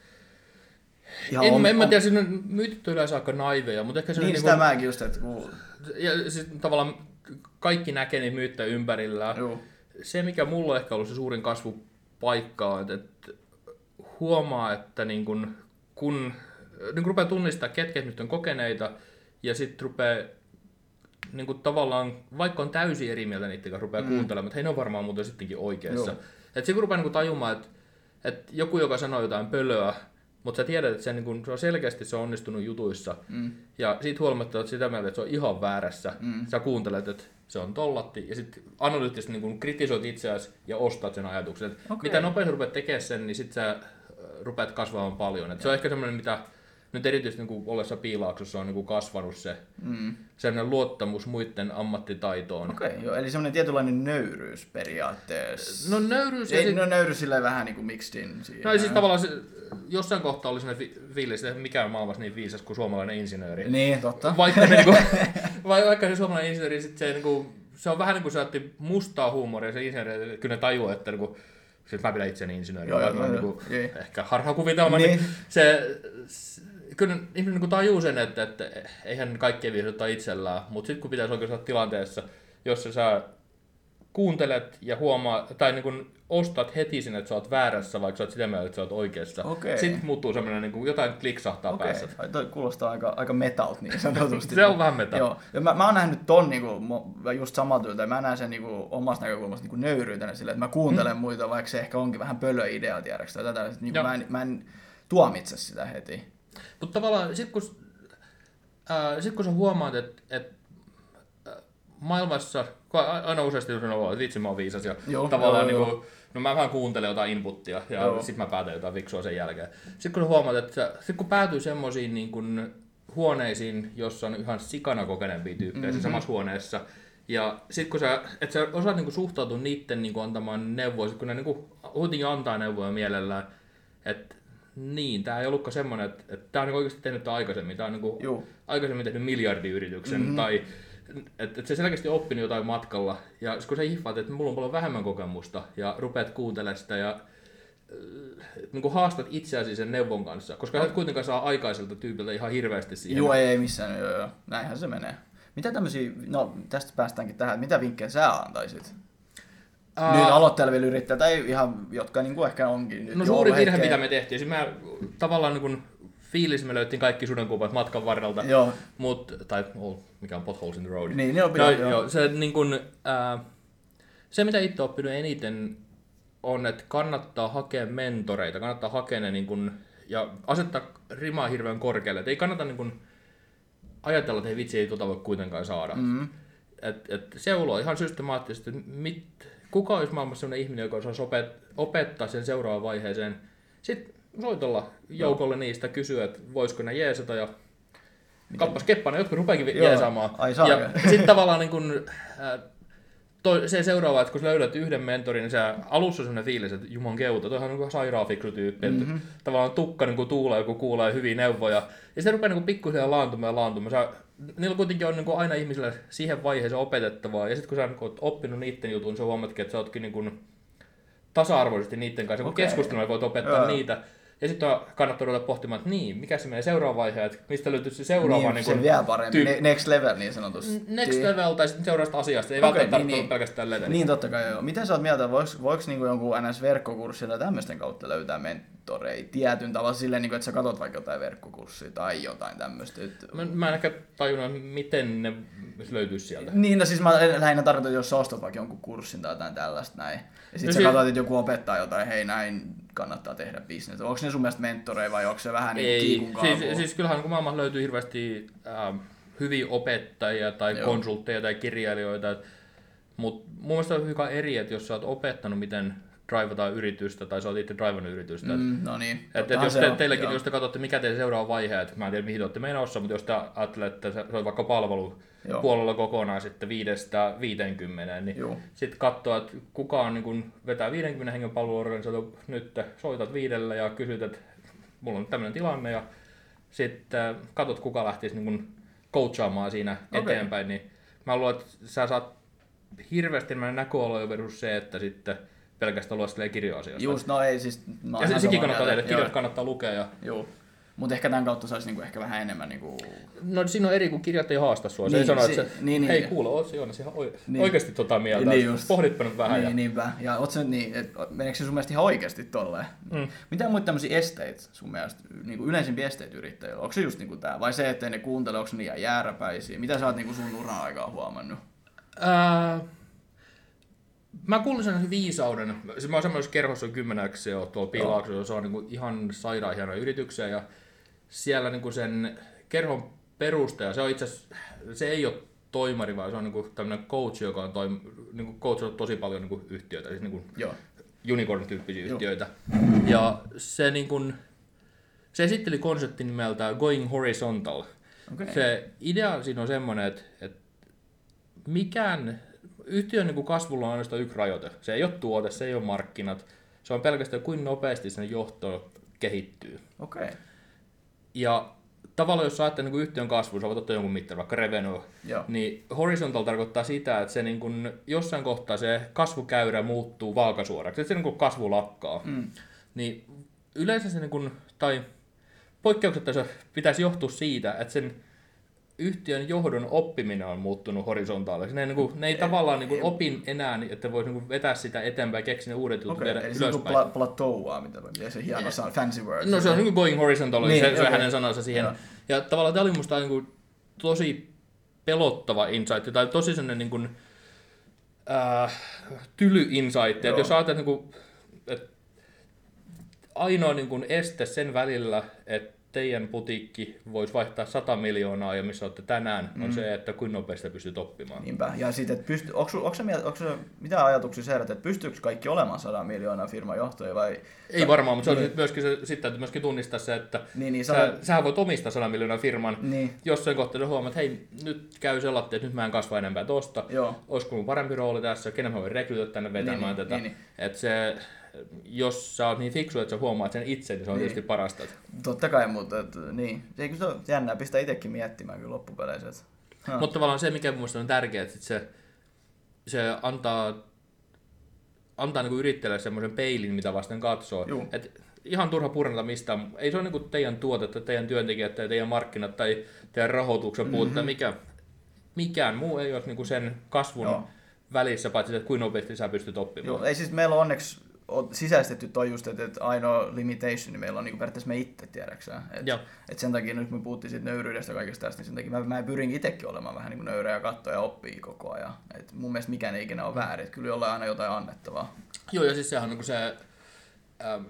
Ihan en, on, en mä tiedä, siinä on myytit yleensä aika naiveja, mutta ehkä se niin, on... Niin, sitä mäkin just, että kun... Ja siis tavallaan kaikki näkee niitä myyttejä ympärillä. Joo. Se, mikä mulla on ehkä ollut se suurin kasvupaikka on, että huomaa, että niin kun, kun niin rupeaa tunnistaa, ketkä nyt on kokeneita, ja sitten rupeaa niin kuin tavallaan, vaikka on täysin eri mieltä niiden kanssa, rupeaa mm. kuuntelemaan, että hei, ne on varmaan muuten sittenkin oikeassa. Että sitten kun rupeaa niin kuin tajumaan, että, että joku, joka sanoo jotain pölöä, mutta sä tiedät, että se, niin kuin, se on selkeästi se on onnistunut jutuissa, mm. ja siitä huolimatta olet sitä mieltä, että se on ihan väärässä. Mm. Sä kuuntelet, että se on tollatti, ja sitten analyyttisesti niin kuin kritisoit itseäsi ja ostat sen ajatuksen. Okay. Mitä nopeasti rupeat tekemään sen, niin sitten sä rupeat kasvamaan paljon. Et se on ehkä semmoinen, mitä nyt erityisesti niin kuin ollessa Piilaaksossa on niin kuin kasvanut se mm. sellainen luottamus muiden ammattitaitoon. Okei, okay, joo, eli semmoinen tietynlainen nöyryys periaatteessa. No nöyryys... Ei, sit... no nöyryys silleen vähän niin kuin mixed in siinä. No siis tavallaan se, jossain kohtaa oli sellainen fiilis, että mikään maailmassa niin viisas kuin suomalainen insinööri. Niin, totta. Vaikka, se, niin kuin, vaikka se suomalainen insinööri, sit se, niin kuin, se on vähän niin kuin se otti mustaa huumoria, se insinööri, kyllä ne tajuu, että niin kuin, siis mä pidän itseäni insinööriä, Joo, joo, joo, niin joo, kuin, joo. ehkä harhakuvitelma, niin. niin se, se kyllä ihminen niin tajuu sen, että, että eihän kaikkea viisottaa itsellään, mutta sitten kun pitäisi oikeastaan tilanteessa, jos sä kuuntelet ja huomaa, tai niin kuin ostat heti sen, että sä oot väärässä, vaikka sä oot sitä mieltä, että sä oot oikeassa. Okay. Sitten muuttuu semmoinen, niin kuin jotain kliksahtaa okay. päässä. Ai, toi kuulostaa aika, aika metalt niin sanotusti. Se on vähän metal. Joo. Ja mä, mä oon nähnyt ton niin kuin, just samaa työtä, mä näen sen niin kuin, omasta näkökulmasta niin kuin nöyryytenä sille, että mä kuuntelen mm. muita, vaikka se ehkä onkin vähän pölö idea, tiedäks, tai tätä, niin kuin mä, en, mä en tuomitse sitä heti. Mutta tavallaan sit kun, äh, sit kun sä huomaat, että et, äh, maailmassa, aina useasti sanoo, että vitsi mä oon viisas ja joo, tavallaan joo, niin kuin, no mä vähän kuuntelen jotain inputtia ja joo. sit mä päätän jotain fiksua sen jälkeen. Sitten kun sä huomaat, että sit kun päätyy semmoisiin niin kuin huoneisiin, jossa on ihan sikana kokeneempia tyyppejä mm-hmm. samassa huoneessa, ja sitten kun sä, et sä osaat niin kuin suhtautua niitten niin kuin antamaan neuvoja, sit kun ne niin kuin, kuitenkin antaa neuvoja mielellään, että niin, tää ei ollutkaan semmoinen, että, että tää on niin oikeasti tehnyt tämän aikaisemmin, tää on niin aikaisemmin tehnyt miljardiyrityksen, mm-hmm. tai että et se selkeästi oppinut jotain matkalla, ja kun sä hiffaat, että mulla on paljon vähemmän kokemusta, ja rupeat kuuntelemaan sitä, ja äh, niin kuin haastat itseäsi sen neuvon kanssa, koska no. sä et kuitenkaan saa aikaiselta tyypiltä ihan hirveästi siihen. Joo, ei missään, joo, joo. Näinhän se menee. Mitä tämmöisiä, no tästä päästäänkin tähän, mitä vinkkejä sä antaisit? Uh, nyt aloitteleville yrittäjille, tai ihan, jotka niin kuin ehkä onkin. Nyt no suuri virhe, mitä me tehtiin. Siis mä tavallaan niin kuin fiilis, me löyttiin kaikki sudenkuopat matkan varrelta, joo. Mut, tai oh, mikä on Potholes in the Road. Niin, joo, no, joo. joo. Se, niin kuin, äh, se, mitä itse oppinut eniten, on, että kannattaa hakea mentoreita, kannattaa hakea ne niin kuin, ja asettaa rimaa hirveän korkealle. Et ei kannata niin kuin, ajatella, että hei vitsi, ei tuota voi kuitenkaan saada. Mm-hmm. Et, et seuloo ihan systemaattisesti, mit, kuka olisi maailmassa sellainen ihminen, joka osaisi opettaa sen seuraavaan vaiheeseen. Sitten soitella joukolle no. niistä, kysyä, että voisiko ne jeesata ja kappas keppana, jotkut rupeakin jeesaamaan. Ai ja sitten tavallaan niin kun, äh, toi, se seuraava, että kun sä löydät yhden mentorin, niin se alussa on sellainen fiilis, että juman keuta, toihan on niin sairaan fiksu tyyppi, mm-hmm. että tavallaan tukka niin tuulee, kun kuulee hyviä neuvoja. Ja sitten rupeaa niin pikkuisen laantumaan ja laantumaan. Sä, niillä kuitenkin on niin aina ihmisillä siihen vaiheeseen opetettavaa, ja sitten kun sä niin oot oppinut niiden jutun, niin sä huomaatkin, että sä ootkin niin kuin tasa-arvoisesti niiden kanssa, kun okay. keskustelua voit opettaa Joo. niitä. Ja sitten kannattaa ruveta pohtimaan, että niin, mikä se menee seuraava vaihe, että mistä löytyy se seuraava niin, niin se vielä parempi, tyy- next level niin sanotusti. Next level tai sitten seuraavasta asiasta, ei okay, välttämättä niin, niin. pelkästään leveli. Niin totta kai joo. Miten sä oot mieltä, voiko, voiko niinku jonkun N S-verkkokurssi tai tämmöisten kautta löytää mentoreita tietyn tavalla silleen, niin kuin, että sä katsot vaikka jotain verkkokurssia tai jotain tämmöistä? Mä, mä en ehkä tajunnut, miten ne löytyisi sieltä. Niin, no siis mä lähinnä tarkoitan, jos sä ostat vaikka jonkun kurssin tai jotain tällaista näin. Ja sit no, sä si- katsot, että joku opettaa jotain, hei näin kannattaa tehdä business. Onko ne sun mielestä mentoreja vai onko se vähän niin kiikun kaavua? Siis, siis kyllähän kun maailmassa löytyy hirveästi äh, hyviä opettajia tai Joo. konsultteja tai kirjailijoita. Mutta mun mielestä on hyvä eri, että jos sä oot opettanut, miten drivataan yritystä tai sä oot itse drivannut yritystä. Mm, no niin. Et, et jos te, teilläkin, jos te katsotte, mikä teidän seuraava vaihe, että mä en tiedä mihin te olette menossa, mutta jos te ajattelette, että se on vaikka palvelu Joo. puolella kokonaan sitten viidestä viiteenkymmeneen, niin sitten katsoa, että kuka on, niin kun vetää viidenkymmenen hengen palveluorganisaatio, nyt soitat viidelle ja kysyt, että mulla on tämmöinen tilanne ja sitten katsot, kuka lähtisi niin kun coachaamaan siinä okay. eteenpäin, niin mä luulen, että sä saat hirveästi enemmän näköaloja versus se, että sitten pelkästään lueskelee kirjoasioista. Just, no ei siis... No ja sekin kannattaa tehdä, kirjat kannattaa lukea. Ja... Joo. Mutta ehkä tämän kautta saisi niinku ehkä vähän enemmän niinku... No siinä on eri, kun kirjat ei haasta sua. Se niin, ei sano, että se, niin, niin, hei niin, kuule, oot se Joonas ihan niin, oikeasti tota mieltä. Niin pohditpa nyt vähän. Niin, ja... niinpä. Ja oot se niin, et, meneekö se sun mielestä ihan oikeasti tolleen? Mm. Mitä muita tämmöisiä esteitä sun mielestä, niinku yleisimpiä esteitä yrittäjillä? Onko se just niinku tää? Vai se, ettei ne kuuntele, onko ne liian jääräpäisiä? Mitä sä oot niinku sun uran aikaa huomannut? Ää... Mä kuulin sen viisauden. Siis mä oon semmoisessa kerhossa kymmeneksi jo tuolla Piilaaksossa, jossa on niinku ihan sairaan hienoja yrityksiä ja siellä niinku sen kerhon perustaja, se on itse asiassa, se ei ole toimari, vaan se on niinku tämmöinen coach, joka on toim, niinku coachannut tosi paljon niinku yhtiöitä, siis niinku unicorn-tyyppisiä Joo. yhtiöitä. Ja se, niinku, se esitteli konseptin nimeltä Going Horizontal. Okay. Se idea siinä on semmoinen, että, että mikään yhtiön niin kuin kasvulla on ainoastaan yksi rajoite. Se ei ole tuote, se ei ole markkinat. Se on pelkästään kuinka nopeasti sen johto kehittyy. Okay. Ja tavallaan jos sä ajattelet niin yhtiön kasvua, sä voit ottaa jonkun mittarin, vaikka revenue, Joo. niin horizontal tarkoittaa sitä, että se niin kuin, jossain kohtaa se kasvukäyrä muuttuu vaakasuoraksi, että se niin kuin kasvu lakkaa. Mm. Niin yleensä se, niin kuin, tai poikkeuksetta se pitäisi johtua siitä, että sen yhtiön johdon oppiminen on muuttunut horisontaalisesti. Ne, niin kuin, ne ei, ei tavallaan niin kuin, opin enää, että voisi niin kuin, vetää sitä eteenpäin ja keksiä ne uudet jutut okay, viedä eli ylöspäin. Okei, eli se on plateauaa, mitä se hieno sana, fancy word. No se on niin kuin going horizontal, niin, se, okay. se on hänen sanansa siihen. Joo. Ja tavallaan tämä oli musta niin kuin, tosi pelottava insight, tai tosi sellainen niin kuin, äh, tyly insight, että jos ajattelet, niin kuin, että ainoa niin kuin, este sen välillä, että teidän putiikki voisi vaihtaa sata miljoonaa ja missä olette tänään, on mm. se, että kuinka nopeasti pystyt oppimaan. Niinpä. Ja sitten, että pysty, onko, onko, onko, onko mitä ajatuksia se, että pystyykö kaikki olemaan sata miljoonaa firman johtajia vai? Ei varmaan, mutta se on myöskin se, sitten täytyy myöskin tunnistaa se, että niin, niin, sä, sä, sä voit omistaa sata miljoonaa firman, niin. jossain kohtaa sä huomaat, että hei, nyt käy sellainen, että nyt mä en kasva enempää tosta, Joo. olisiko mun parempi rooli tässä, kenen mä voin rekrytoida tänne vetämään niin, tätä. Niin, niin. Että se, jos sä oot niin fiksu, että sä huomaat sen itse, niin se on niin. tietysti parasta. Totta kai, mutta et, niin. Eikö se ole jännää, pistää itsekin miettimään kyllä loppupeleissä. Huh. Mutta tavallaan se, mikä mun mielestä on tärkeää, että se, se antaa, antaa niinku yrittäjälle semmoisen peilin, mitä vasten katsoo. Et ihan turha purrata mistään. Ei se ole niinku teidän tuotetta, teidän työntekijät tai teidän markkinat tai teidän rahoituksen puutetta. Mm-hmm. Mikä, mikään muu ei ole niinku sen kasvun Joo. välissä, paitsi että kuinka nopeasti sä pystyt oppimaan. Joo, ei siis meillä on onneksi on sisäistetty toi just, että, että ainoa limitation niin meillä on niin periaatteessa me itse, tiedäksä. Että et sen takia nyt kun me puhuttiin siitä nöyryydestä ja kaikesta tästä, niin sen takia mä, mä pyrin itsekin olemaan vähän niin kuin nöyrä ja katsoa ja oppii koko ajan. Et mun mielestä mikään ei ikinä ole väärin, että kyllä jollain aina jotain annettavaa. Joo, ja siis sehän on niin kuin se, ähm,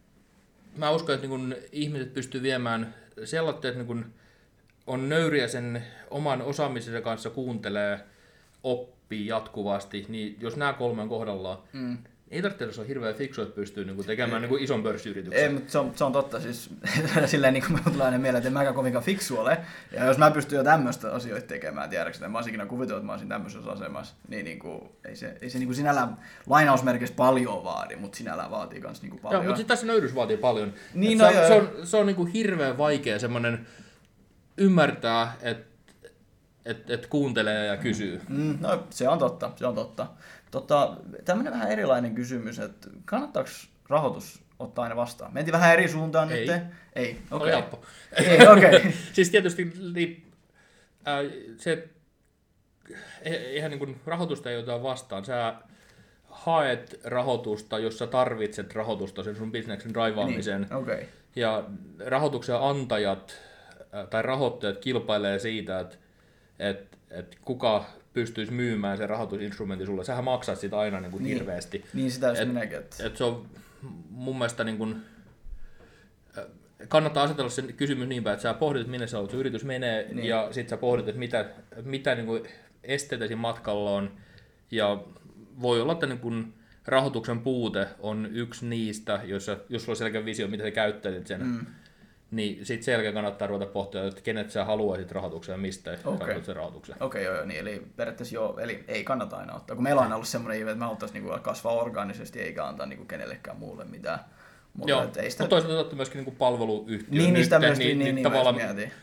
mä uskon, että niin kuin ihmiset pystyy viemään sellaista, että niin kuin on nöyriä sen oman osaamisensa kanssa, kuuntelee, oppii jatkuvasti, niin jos nämä kolme on kohdallaan, mm. ei tarvitse olla hirveän fiksu, että pystyy niinku tekemään niinku ison pörssiyrityksen. Ei, mutta se on, se on totta. Siis, silleen niin kuin me tulee aina mieleen, että en mäkään kovinkaan fiksu ole. Ja jos mä pystyn jo tämmöistä asioita tekemään, tiedäkseni, mä olisin ikinä kuvitellut, että mä olisin tämmöisessä asemassa, niin, niin kuin, ei se, ei se niin kuin sinällään lainausmerkissä paljon vaadi, mutta sinällään vaatii myös niin kuin paljon. Joo, mutta sitten tässä nöyrys vaatii paljon. Niin, no, no, se, on, se on, se on niin kuin hirveän vaikea semmoinen ymmärtää, että et, et kuuntelee ja kysyy. Mm, no se on totta, se on totta. Tota, tämmöinen vähän erilainen kysymys, että kannattaako rahoitus ottaa aina vastaan? Mentiin vähän eri suuntaan Ei. nyt? Ei. Oli helppo. Ei, okei. Okay. Siis tietysti niin, äh, se, eihän niin kuin rahoitusta ei ota vastaan. Sä haet rahoitusta, jos sä tarvitset rahoitusta sen sun bisneksen raivaamiseen. Niin, okay. Ja rahoituksen antajat äh, tai rahoittajat kilpailee siitä, että et, et kuka pystyisi myymään sen rahoitusinstrumentin sulle. Sähän maksat sitä aina niin kuin niin, hirveästi. Niin sitä jos minäkin. Että et se on mun mielestä niin kuin, kannattaa asetella sen kysymys niin päin, että sä pohdit, että minne se yritys menee, niin. ja sitten sä pohdit, että mitä, mitä niin kuin esteitä siinä matkalla on. Ja voi olla, että niin kuin rahoituksen puute on yksi niistä, jossa, jos sulla on selkeä visio, mitä sä käyttäisit sen. Mm. Niin sitten sen jälkeen kannattaa ruveta pohtia, että kenet sä haluaisit rahoituksen ja mistä okay. kannattaa sen rahoituksen. Okei, okay, joo, niin, eli periaatteessa joo, eli ei kannata aina ottaa. Kun meillä on aina ollut semmoinen ive, että me haluttaisiin niinku kasvaa orgaanisesti eikä antaa niinku kenellekään muulle mitään. Mutta joo, mutta sitä... toisaalta ottatte myöskin niinku palveluyhtiö. Niin, nyt, sitä myös, niin, niin, niin, niin, tavallaan, mietin.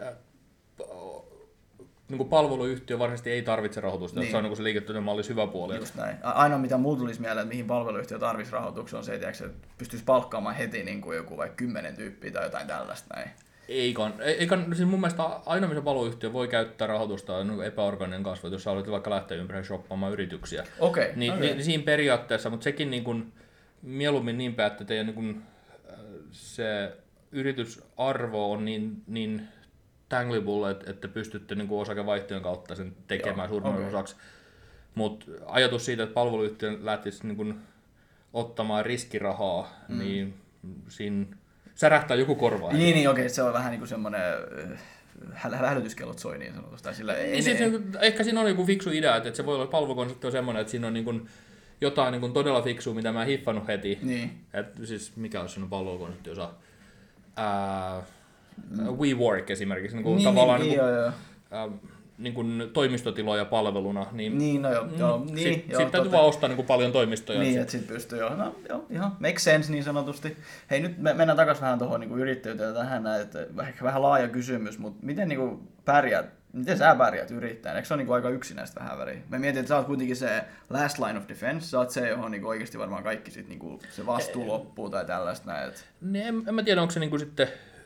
Niin palveluyhtiö varsinaisesti ei tarvitse rahoitusta, niin. Se on niin se liiketoiminnan mallissa hyvä puoli. Just näin. Ainoa mitä mulla tulisi mieleen, että mihin palveluyhtiö tarvitsisi rahoituksen on se, että pystyisi palkkaamaan heti niin kuin joku vaikka kymmenen tyyppiä tai jotain tällaista näin. Ei, ei, siis mun mielestä ainoa missä palveluyhtiö voi käyttää rahoitusta on epäorganinen kasvu, jos sä haluat vaikka lähteä ympäri shoppaamaan yrityksiä. Okei. Niin, okay. niin, siinä periaatteessa, mutta sekin niin kuin, mieluummin niin päin, että teidän niin kuin, se yritysarvo on niin, niin tangible, että, että pystytte niin kuin osakevaihtojen kautta sen tekemään suurimman okay. osaksi. Mutta ajatus siitä, että palveluyhtiö lähtisi niin kuin ottamaan riskirahaa, mm. niin siinä särähtää joku korvaa. Niin, niin okei, okay. Se on vähän niin kuin semmoinen häl- hälytyskellot soi niin sanotusti. Sillä ei, niin siis, ei... Ehkä siinä on joku fiksu idea, että se voi olla palvelukonsepti on semmoinen, että siinä on niin kuin jotain niin kuin todella fiksua, mitä mä en hiffannut heti. Niin. Et siis mikä olisi sellainen palvelukonsepti osa? Ää, WeWork esimerkiksi. Niin kuin niin, tavallaan niin, niin kuin, joo, joo. Ää, niin kuin toimistotiloja palveluna, niin, niin, no joo, mm, joo, niin, sitten joo, sit täytyy vaan ostaa niin kuin paljon toimistoja. Niin, että sitten pystyy jo, no joo, ihan make sense niin sanotusti. Hei, nyt me mennään takaisin vähän tuohon niin yrittäjyyteen tähän näin, että ehkä vähän laaja kysymys, mutta miten niin kuin pärjäät, miten sä pärjäät yrittäjän? Eikö se ole niin kuin aika yksinäistä vähän väliä? Mä mietin, että sä oot kuitenkin se last line of defense, sä oot se, johon niin kuin oikeasti varmaan kaikki sit, niin kuin se vastuu loppuu tai tällaista näin. Että... Niin, en, en mä tiedä, onko se niin kuin sitten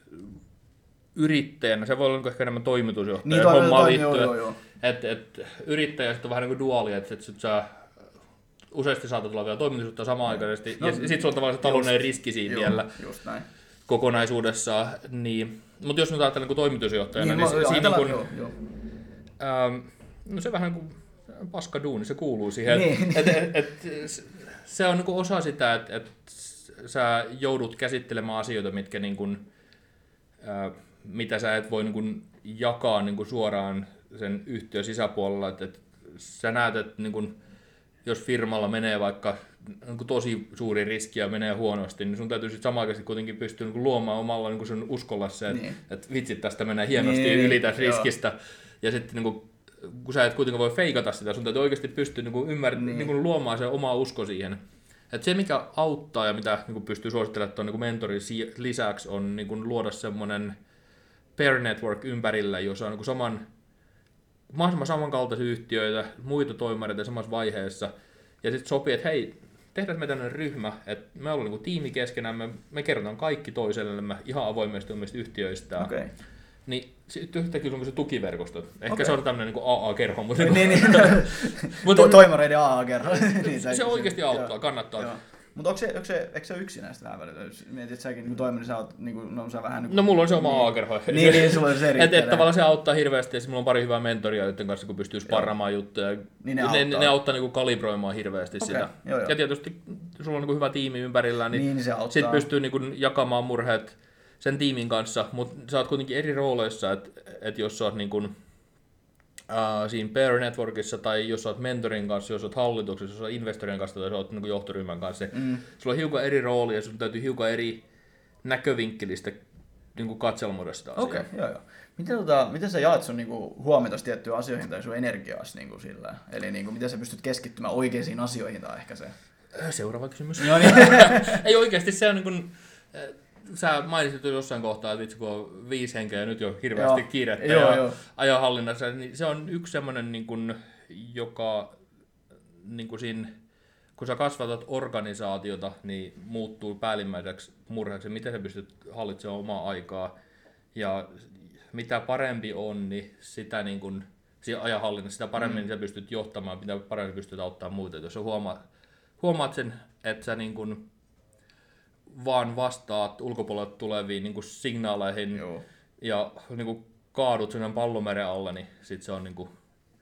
yrittäjänä, se voi olla ehkä enemmän toimitusjohtaja niin, hommaan liittyen. Että et, yrittäjä sitten on vähän niin kuin duaali, että et sit sä useasti saatat olla vielä toimitusjohtaja samanaikaisesti, no, ja sitten sulla on tavallaan se taloudellinen riski siinä joo, vielä just näin. Kokonaisuudessaan. Niin. Mutta jos nyt ajatellaan niin toimitusjohtajana, niin, niin joo, siinä kun, joo, joo. Ähm, no se vähän niin kuin paska duuni, se kuuluu siihen. Niin. Et, et, et, se on niin kuin osa sitä, että et sä joudut käsittelemään asioita, mitkä niin kuin, äh, mitä sä et voi niin kuin jakaa niin kuin suoraan sen yhtiön sisäpuolella. Et, et sä näet, että niin kuin, jos firmalla menee vaikka niin kuin tosi suuri riski ja menee huonosti, niin sun täytyy sitten samanaikaisesti kuitenkin pystyä niin kuin luomaan omalla niin kuin sun uskolla se, että niin. et vitsit tästä menee hienosti niin, yli tästä joo. riskistä. Ja sitten niin kuin, kun sä et kuitenkaan voi feikata sitä, sun täytyy oikeasti pystyä niin kuin ymmär- niin. Niin kuin luomaan se oma usko siihen. Et se, mikä auttaa ja mitä niin kuin pystyy suosittelemaan tuon niin mentorin lisäksi, on niin kuin luoda semmoinen peer network ympärillä, jossa on niin kuin saman, mahdollisimman samankaltaisia yhtiöitä, muita toimareita samassa vaiheessa. Ja sitten sopii, että hei, tehdään me tämmöinen ryhmä, että me ollaan niin kuin tiimi keskenään, me, me kerrotaan kaikki toisellemme ihan avoimesti omista yhtiöistä. Okay. Niin sitten yhtäkkiä sulla on se tukiverkosto. Ehkä okay. se on tämmöinen niin A A-kerho. Mutta niin, niin. mutta Toimareiden A A-kerho. niin, se, se oikeasti auttaa, joo, kannattaa. Joo. Mutta onko se, onko se, eikö se yksinäistä vähän välillä? Jos mietit, että säkin niin toimin, niin sä oot niin kuin, no, sä vähän... Niin kuin, no mulla on se oma niin, A A-kerho. Niin, niin, sulla on se Että et, tavallaan se auttaa hirveästi, ja mulla on pari hyvää mentoria, joiden kanssa kun pystyy sparraamaan juttuja. Niin ne, ne auttaa. Ne auttaa niin kuin kalibroimaan hirveästi okay, sitä. Joo, joo. Ja tietysti sulla on niin kuin hyvä tiimi ympärillä, niin, niin, niin sit pystyy niin kuin jakamaan murheet sen tiimin kanssa, mutta sä oot kuitenkin eri rooleissa, että et jos sä oot niin kuin, Uh, siinä peer networkissa, tai jos olet mentorin kanssa, jos olet hallituksessa, jos olet investorien kanssa, tai jos olet niin johtoryhmän kanssa, mm. sulla on hiukan eri rooli, ja sun täytyy hiukan eri näkövinkkelistä niin katselmuudesta asiaa. Okei, okay, joo joo. Miten, tota, miten sä jaat sun niinku, huomiota tiettyihin asioihin tai sun energiaasi niinku, sillä? Eli niinku, miten sä pystyt keskittymään oikeisiin asioihin tai ehkä se? Seuraava kysymys. No niin. Ei oikeasti, se on niin kuin, sä mainitsit jossain kohtaa, että vitsi kun on viisi henkeä ja nyt jo hirveästi joo. kiirettä joo, ja joo. ajohallinnassa, niin se on yksi semmoinen, niin kuin, joka niin kuin siinä, kun sä kasvatat organisaatiota, niin muuttuu päällimmäiseksi murheeksi, miten sä pystyt hallitsemaan omaa aikaa. Ja mitä parempi on, niin sitä niin kuin, ajanhallinnassa, sitä paremmin mm. sä pystyt johtamaan, mitä paremmin pystyt auttamaan muita. Jos sä huomaat, huomaat sen, että sä niin kuin, vaan vastaat ulkopuolelta tuleviin niin kuin signaaleihin Joo. ja niin kuin kaadut sen pallomeren alle, niin sit se on niin kuin,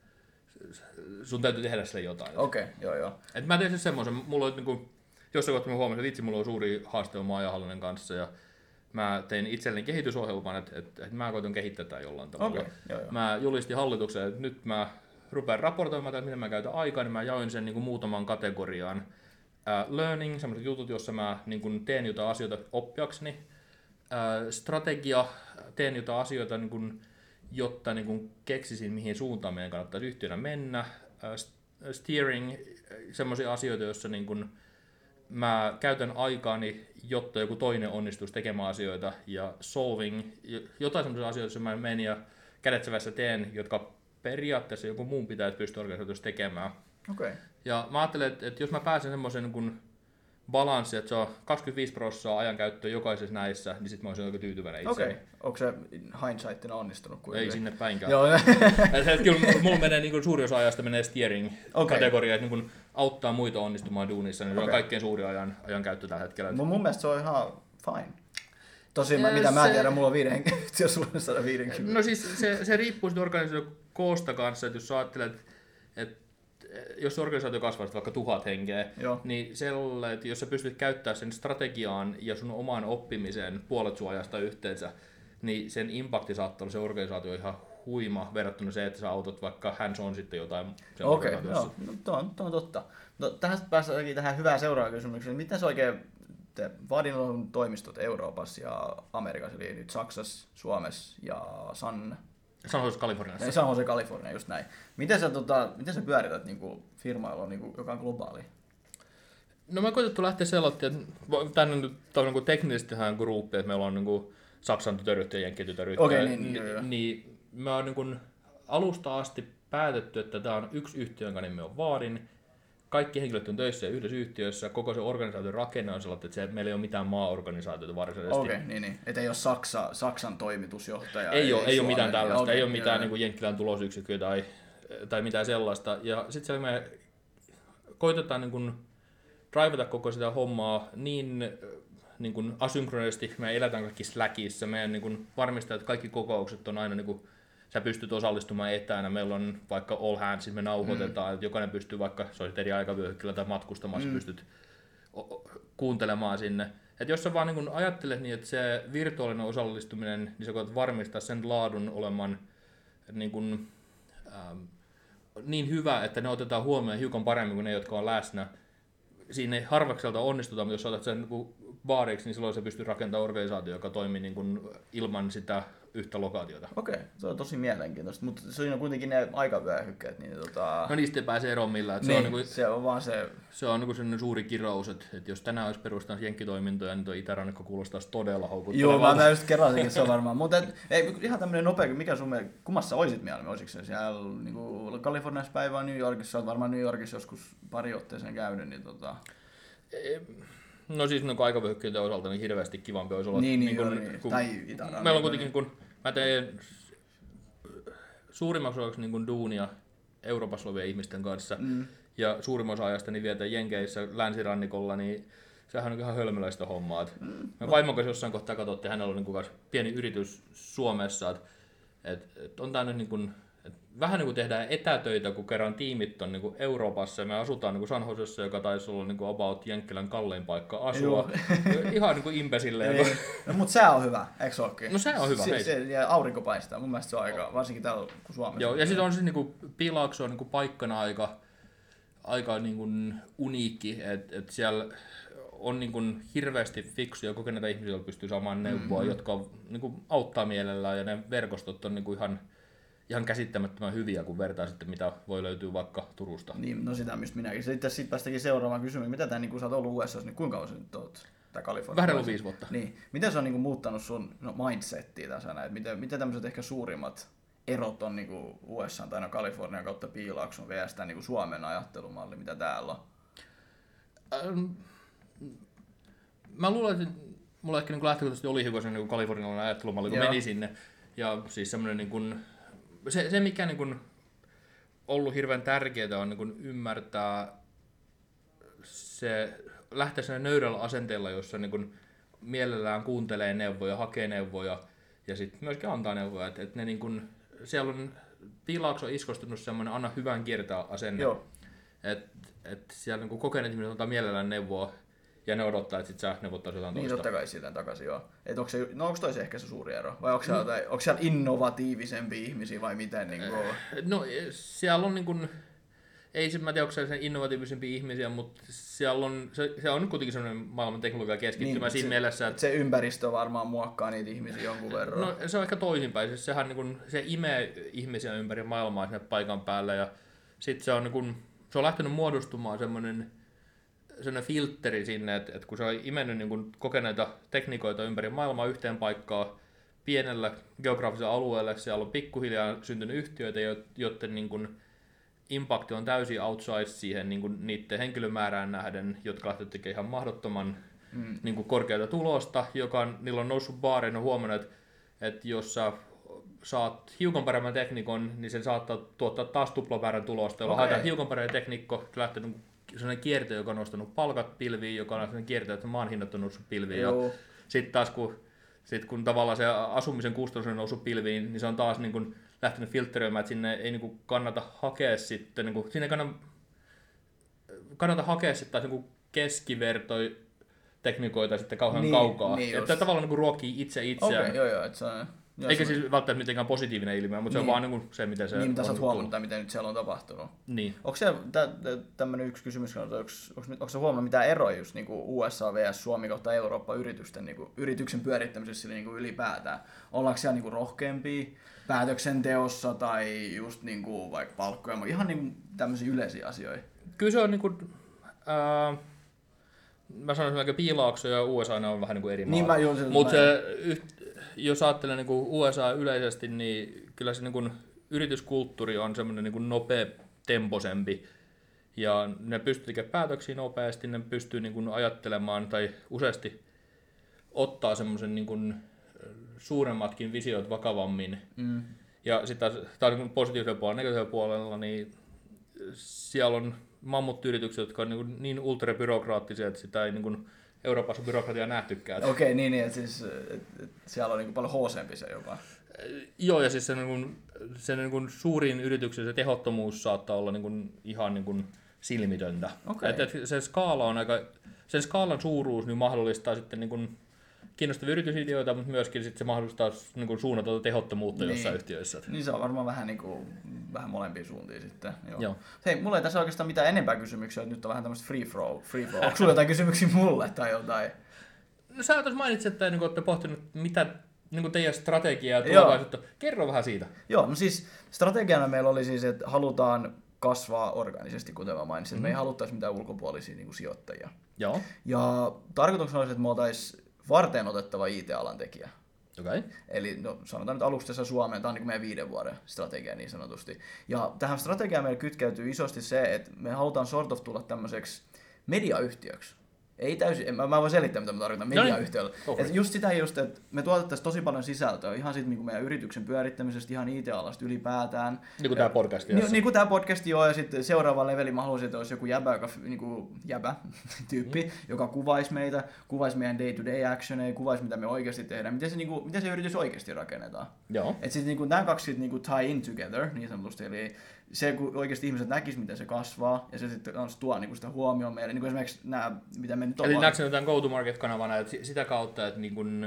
sun täytyy tehdä sille jotain. Okei, okay, joo joo. Et mä tein semmoisen, mulla oli niin kuin, jossain kohtaa mä huomasin, että itse mulla on suuri haaste oma ajanhallinnan kanssa ja mä tein itselleni kehitysohjelman, että, että, että mä koitan kehittää tätä jollain tavalla. Okay, joo, joo. Mä julistin hallitukseen, että nyt mä rupean raportoimaan, että miten mä käytän aikaa, niin mä jaoin sen niin kuin muutaman kategoriaan. Uh, learning, sellaiset jutut, joissa mä niin kun teen jotain asioita oppiakseni. Uh, strategia, teen jotain asioita, niin kun, jotta niin kun keksisin, mihin suuntaan meidän kannattaisi yhtiönä mennä. Uh, steering, sellaisia asioita, joissa niin kun mä käytän aikaani, jotta joku toinen onnistuisi tekemään asioita. Ja solving, jotain sellaisia asioita, joissa mä menen ja kädetsävässä teen, jotka periaatteessa joku muun pitäisi pystyä organisaatiossa tekemään. Okay. Ja mä ajattelen, että, että jos mä pääsen semmoisen niin balanssi, että se on kaksikymmentäviisi prosenttia ajankäyttöä jokaisessa näissä, niin sit mä olisin oikein tyytyväinen itseäni. Okei. Okay. Onko se hindsightina onnistunut? Ei ei sinne päinkään. Joo. Kyllä mulla menee niin kuin, suuri osa ajasta menee steering-kategoria, okay. että niin auttaa muita onnistumaan duunissa, niin okay. se on kaikkein suurin ajan, ajan käyttö tällä hetkellä. Mun, mun mielestä se on ihan fine. Tosin mitä se, mä tiedän, mulla on viisikymmentä, jos sulla on sata viisikymmentä. No siis se, se riippuu sitten organisaation koosta kanssa, että jos sä ajattelet, että jos organisaatio kasvaa vaikka tuhat henkeä, Joo. niin sellainen, että jos sä pystyt käyttämään sen strategiaan ja sun omaan oppimiseen puolet sun ajasta yhteensä, niin sen impakti saattaa olla se organisaatio ihan huima verrattuna se, että sä autot vaikka hands-on sitten jotain. Okei, okay, joo, no, tuo, on, tuo on totta. No, tähän päästäänkin tähän hyvään seuraavaan kysymykseen. Miten se oikein, te Vaadin toimistot Euroopassa ja Amerikassa, eli nyt Saksassa, Suomessa ja San San Jose Kaliforniassa. Ei, San Jose Kalifornia, just näin. Miten sä, tota, miten sä pyörität niinku, firmailla, niinku, joka on globaali? No mä koitettu lähteä sellaista, että tänne nyt on niinku teknisesti tähän gruppi, että meillä on niinku Saksan tytäryhtiö ja Jenkkien tytäryhtiö. Okei, niin, niin, niin, niin me on niinku alusta asti päätetty, että tämä on yksi yhtiö, jonka nimi on Vaarin. Kaikki henkilöt on töissä yhdessä yhtiössä, koko se organisaation rakenne on sellainen, että se, meillä ei ole mitään maaorganisaatiota varsinaisesti. Okei, okay, niin, niin. Että ei ole Saksa, Saksan toimitusjohtaja. Ei, ei ole, ei ole mitään tällaista, okay, ei ole mitään joo. niin Jenkkilän tulosyksikköä tai, tai mitään sellaista. Ja sitten me koitetaan niin kuin drivata koko sitä hommaa niin, niin kuin asynkronisesti, me eletään kaikki Slackissa, meidän niin kuin varmistaa, että kaikki kokoukset on aina niin kuin, sä pystyt osallistumaan etänä, meillä on vaikka all hands, me nauhoitetaan, mm. että jokainen pystyy vaikka, se olisi eri aikavyöhykkeellä tai matkustamaan, mm. pystyt kuuntelemaan sinne. Että jos sä vaan niin ajattelet niin, että se virtuaalinen osallistuminen, niin sä koet varmistaa sen laadun olemaan niin, kuin, ähm, niin hyvä, että ne otetaan huomioon hiukan paremmin kuin ne, jotka on läsnä. Siinä ei harvakselta onnistuta, mutta jos otat sen niin baariksi, niin silloin sä pystyt rakentamaan organisaatio, joka toimii niin kuin ilman sitä yhtä lokaatiota. Okei, se on tosi mielenkiintoista, mutta se on kuitenkin ne aikavyöhykkeet. Niin tota... No niistä ei pääse eroon millään. Niin, se, on niin kuin, se on vaan se... Se on niin sellainen suuri kirous, että, että jos tänään olisi perustanut jenkkitoimintoja, niin tuo itärannikko kuulostaisi todella houkuttelevalta. Joo, mä, mä just kerrasinkin, että se on varmaan. Mutta et, ei, ihan tämmöinen nopea, mikä sun mielestä, kummassa olisit mielellä? Olisitko se siellä niin kuin Kaliforniassa päivää New Yorkissa? Sä oot varmaan New Yorkissa joskus pari otteeseen käynyt. Niin tota... No siis no, aikavyöhykkeiden osalta niin hirveästi kivampi olisi olla. Niin, niin, niin kuin, niin. Kun, tai itärannikko. meillä on kuitenkin, kun mä teen suurimmaksi osaksi niin kuin duunia Euroopassa olevien ihmisten kanssa, mm. ja suurimman osa ajasta niin vietän Jenkeissä länsirannikolla, niin sehän on ihan hölmöläistä hommaa. Mm. Mä vaimon kanssa jossain kohtaa katsottiin, hänellä on niin pieni yritys Suomessa, että et, et on tää nyt niin kuin, et vähän niin kuin tehdään etätöitä, kun kerran tiimit on niin kuin Euroopassa ja me asutaan niin kuin San Josessa, joka taisi olla niin kuin about Jenkkilän kallein paikka asua. Ihan niin kuin impesilleen. No, mutta sää on hyvä, eikö se olekin? No se on hyvä. Se, se, ja aurinko paistaa, mun mielestä se on aika, varsinkin täällä kuin Suomessa. Joo, ja sitten on se niin kuin Piilaakso on niin kuin paikkana aika, aika niin kuin uniikki, että et siellä on niin kuin hirveästi fiksuja kokeneita ihmisiä, joilla pystyy saamaan neuvoa, mm-hmm. jotka niin kuin auttaa mielellään ja ne verkostot on niin kuin ihan ihan käsittämättömän hyviä, kun vertaa sitten, mitä voi löytyä vaikka Turusta. Niin, no sitä mistä minäkin. Sitten sit päästäkin seuraavaan kysymään, mitä tämä, niin kun sä oot ollut U S A:ssa, niin kuinka kauan sä nyt oot? Tai Kaliforniassa? Vähän reilu viisi vuotta. Niin. Miten se on niin kuin, muuttanut sun no, mindsettiä tässä näin? Miten, miten tämmöiset ehkä suurimmat erot on niin kuin U S A tai no Kalifornian kautta Piilaakson versus tämän niin kuin Suomen ajattelumalli, mitä täällä on? Ähm, mä luulen, että mulla ehkä niin lähtökohtaisesti oli hiukan se niin kalifornialainen ajattelumalli, kun Joo. meni sinne. Ja siis semmoinen niin kuin Se, se mikä niin kun ollut hirveän tärkeää on niin kun ymmärtää se, lähteä sen nöyrällä asenteella, jossa niin kun mielellään kuuntelee neuvoja, hakee neuvoja ja sitten myöskin antaa neuvoja. Et, et ne niin kun, siellä on Piilaakso on iskostunut semmoinen anna hyvän kiertää asenne. Että et siellä niin kokeneet ihmiset antaa mielellään neuvoa ja ne odottaa, että sit sä neuvottaisi jotain niin, toista. Niin, totta kai siitä takaisin, joo. Et onko se, no onko toi se ehkä se suuri ero? Vai onko siellä, mm. onko siellä innovatiivisempia ihmisiä vai miten? Niin kuin... No siellä on niin kuin, ei se, mä tiedä, onko siellä sen innovatiivisempia ihmisiä, mutta siellä on, se, se on kuitenkin sellainen maailman teknologian keskittymä niin, siinä se, mielessä, että se ympäristö varmaan muokkaa niitä ihmisiä jonkun verran. No se on ehkä toisinpäin, siis sehän niin kuin, se imee ihmisiä ympäri maailmaa sinne paikan päälle ja sitten se on niin kuin, se on lähtenyt muodostumaan semmoinen sellainen filtteri sinne, että, että kun se on imennyt niin kuin kokeneita tekniikoita ympäri maailmaa yhteen paikkaan pienellä geografisella alueella, siellä on pikkuhiljaa syntynyt yhtiöitä, joiden niin kuin impakti on täysin outside siihen niin kuin niiden henkilömäärään nähden, jotka lähtevät tekemään ihan mahdottoman mm. niin kuin korkeata tulosta, joka on, niillä on noussut baariin, on huomannut, että, että jos sä saat hiukan paremman teknikon, niin se saattaa tuottaa taas tuplamäärän tulosta, jolloin okay. haetaan hiukan paremman teknikko, lähtenyt sellainen kierto, joka on nostanut palkat pilviin, joka on sellainen kierto, että maan hinnat on noussut pilviin. Sitten taas kun, sit kun tavallaan se asumisen kustannus on noussut pilviin, niin se on taas niin kun lähtenyt filtteröimään, että sinne ei niin kun kannata hakea sitten, niin kun, sinne ei kannata, kannata hakea sitten taas niin keskivertoi tekniikoita sitten kauhean niin, kaukaa. Niin että tavallaan niin ruokkii itse itseään. Okei, okay, joo joo. Että se on... Ja Eikä se- siis välttämättä mitenkään positiivinen ilmiö, mutta Niin. se on vaan niin se, miten se Niin, mitä on. sä oot huomannut tai mitä nyt siellä on tapahtunut. Niin. Onko se tämmöinen yksi kysymys, onko, onko, onko se huomannut mitään eroja just niin kuin U S A versus Suomi kautta Eurooppa yritysten, niin kuin, yrityksen pyörittämisessä niin kuin ylipäätään? Ollaanko siellä niin kuin rohkeampia päätöksenteossa tai just niin kuin, vaikka palkkoja, ihan niin kuin tämmöisiä yleisiä asioita? Kyllä se on niin kuin, ää, mä sanoisin että Piilaakso ja U S A on vähän niin kuin eri Niin maat. mä juuri sen- Mutta mä- jos ajattelee niin kuin U S A yleisesti, niin kyllä se niin kuin yrityskulttuuri on semmoinen niin kuin nopea temposempi. Ja ne pystyy tekemään päätöksiä nopeasti, ne pystyy niin kuin ajattelemaan tai useasti ottaa semmoisen niin kuin suuremmatkin visiot vakavammin. Mm. Ja sitten taas niin positiivisella puolella, negatiivisella puolella, niin siellä on mammuttiyritykset, jotka on niin, niin ultrabyrokraattisia, että sitä ei niin kuin Euroopassa byrokratia nähtykään. Okei, okay, niin, niin että siis, et, et siellä on niin kuin paljon hoosempi se jopa. Joo, ja siis se, niin kuin, se niin kuin suurin yrityksen se tehottomuus saattaa olla niin kuin, ihan niin kuin silmitöntä. Okei. Et, et se skaala on aika, sen skaalan suuruus niin mahdollistaa sitten niin kuin kiinnostavia yritysideoita, mutta myöskin sitten se mahdollistaa niin kuin suunnatonta tehottomuutta Niin. jossain yhtiöissä. Niin se on varmaan vähän, niin kuin, vähän molempiin suuntiin sitten. Joo. Joo. Hei, mulla ei tässä oikeastaan mitään enempää kysymyksiä, että nyt on vähän tämmöistä free flow. Free flow. Onko sulla jotain kysymyksiä mulle tai jotain? No sä tuossa mainitsit, että niin olette pohtinut, mitä niin kuin teidän strategiaa ja Joo. tulevaisuutta. Kerro vähän siitä. Joo, no siis strategiana meillä oli siis, että halutaan kasvaa organisesti, kuten mä mainitsin. Mm-hmm. Me ei haluttaisi mitään ulkopuolisia niin kuin sijoittajia. Joo. Ja tarkoituksena olisi, että me oltaisiin varten otettava I T-alan tekijä. Okei. Okay. Eli no, sanotaan nyt aluksi tässä Suomeen, tämä on niin kuin meidän viiden vuoden strategia niin sanotusti. Ja tähän strategiaan meillä kytkeytyy isosti se, että me halutaan sort of tulla tämmöiseksi mediayhtiöksi. Ei täysin, en- mä, mä voin selittää, mitä mä tarkoitan No niin. mediayhtiöllä. Go for Et it. just sitä just, että me tuotettaisiin tosi paljon sisältöä, ihan siitä niin meidän yrityksen pyörittämisestä, ihan I T-alasta ylipäätään. Niin kuin tämä podcast. Niin, niin kuin tämä podcast joo, ja sitten seuraava leveli mä haluaisin, että olisi joku jäbä, joka, niin kuin jäbä tyyppi, mm. joka kuvaisi meitä, kuvaisi meidän day-to-day actioneja, kuvaisi mitä me oikeasti tehdään, miten se, niin kuin, miten se yritys oikeasti rakennetaan. Joo. Että sitten niin nämä kaksi sit, niin kuin tie in together, niin sanotusti, eli se, kun oikeasti ihmiset näkisivät, miten se kasvaa, ja se sitten kans tuo niin kuin sitä huomioon meille, niin kuin esimerkiksi nämä, mitä me nyt Eli ollaan. näetkö tämän go-to-market-kanavana, että si- sitä kautta, että niin kun,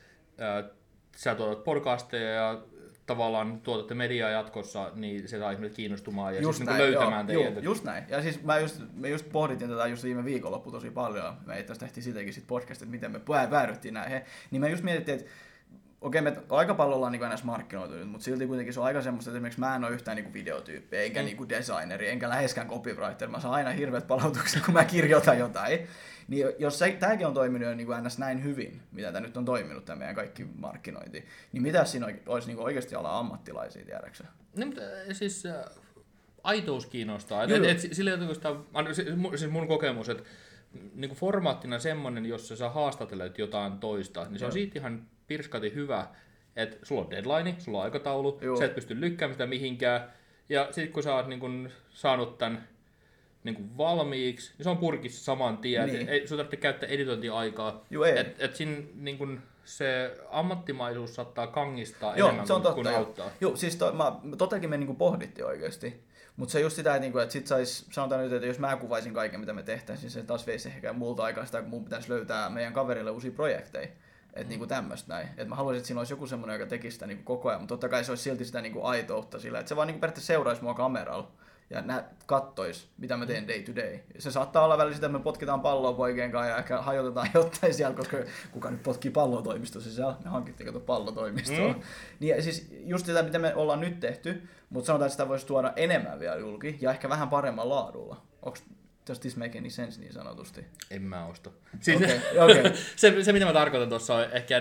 äh, sä tuotat podcasteja ja tavallaan tuotatte mediaa jatkossa, niin se saa ihmiset kiinnostumaan ja siis niin löytämään joo, teidät. Joo, just näin. Ja siis mä just, me just pohdittiin tätä just viime viikonloppu tosi paljon. Me itse asiassa tehtiin sitäkin sit podcastia, että miten me päädyttiin näihin. Niin me just mietittiin, että okei, me aika paljon ollaan niin näissä markkinoitu, mutta silti kuitenkin se on aika semmoista, että esimerkiksi mä en ole yhtään niin videotyyppi, eikä mm. niin designeri, enkä läheskään copywriter. Mä saan aina hirveät palautukset, kun mä kirjoitan jotain. Niin jos se, tämäkin on toiminut jo niin kuin ns. Näin hyvin, mitä tämä nyt on toiminut, tämä meidän kaikki markkinointi, niin mitä siinä olisi niin kuin oikeasti olla ammattilaisia, tiedäksä? No, mutta siis äh, aitous kiinnostaa. Et, Joo, et, joo. et, sillä jotenkin sitä, siis mun- siis mun kokemus, että niin kuin formaattina semmoinen, jossa sä haastattelet jotain toista, niin se on Joo. siitä ihan pirskati hyvä, että sulla on deadline, sulla on aikataulu, Joo. sä et pysty lykkäämään sitä mihinkään, ja sitten kun sä oot niin kuin saanut tämän niin kuin valmiiksi, niin se on purkissa saman tien, Niin. niin. ei sun tarvitse käyttää editointiaikaa, Joo, ei. että et siinä niin kuin se ammattimaisuus saattaa kangistaa Joo, enemmän se on kuin, totta. kuin Joo, auttaa. joo siis to, mä, totakin me niinku pohdittiin oikeasti. Mutta se just sitä, että, niinku, että sit sais, sanotaan nyt, että jos mä kuvaisin kaiken, mitä me tehtäisiin, niin se taas veisi ehkä multa aikaa sitä, kun mun pitäisi löytää meidän kaverille uusia projekteja. Että niinku tämmöistä näin. Et mä haluaisin, että siinä olisi joku semmoinen, joka tekisi sitä niinku koko ajan, mutta totta kai se olisi silti sitä niinku aitoutta sillä, että se vaan niinku periaatteessa seuraisi mua kameralla ja nä, kattois, mitä mä teen day to day. Se saattaa olla välillä sitä, että me potkitaan palloa poikien kanssa ja ehkä hajotetaan jotain siellä, koska kuka nyt potkii palloa toimistossa siellä, me hankittiin kato pallotoimistoon. Mm. Niin siis just sitä, mitä me ollaan nyt tehty, mutta sanotaan, että sitä voisi tuoda enemmän vielä julki ja ehkä vähän paremman laadulla. Onks does this make any sense niin sanotusti? En mä osta. Siis Okei, okei. se, se, mitä mä tarkoitan tuossa on ehkä,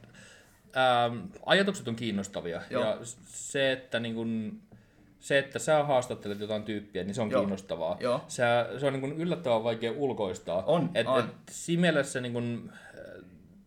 ähm, ajatukset on kiinnostavia. Joo. Ja se, että niin kun, se, että sä haastattelet jotain tyyppiä, niin se on Joo. kiinnostavaa. Joo. Sä, se on niin kun yllättävän vaikea ulkoistaa. On, et, on. Et, siinä mielessä niin kun, äh,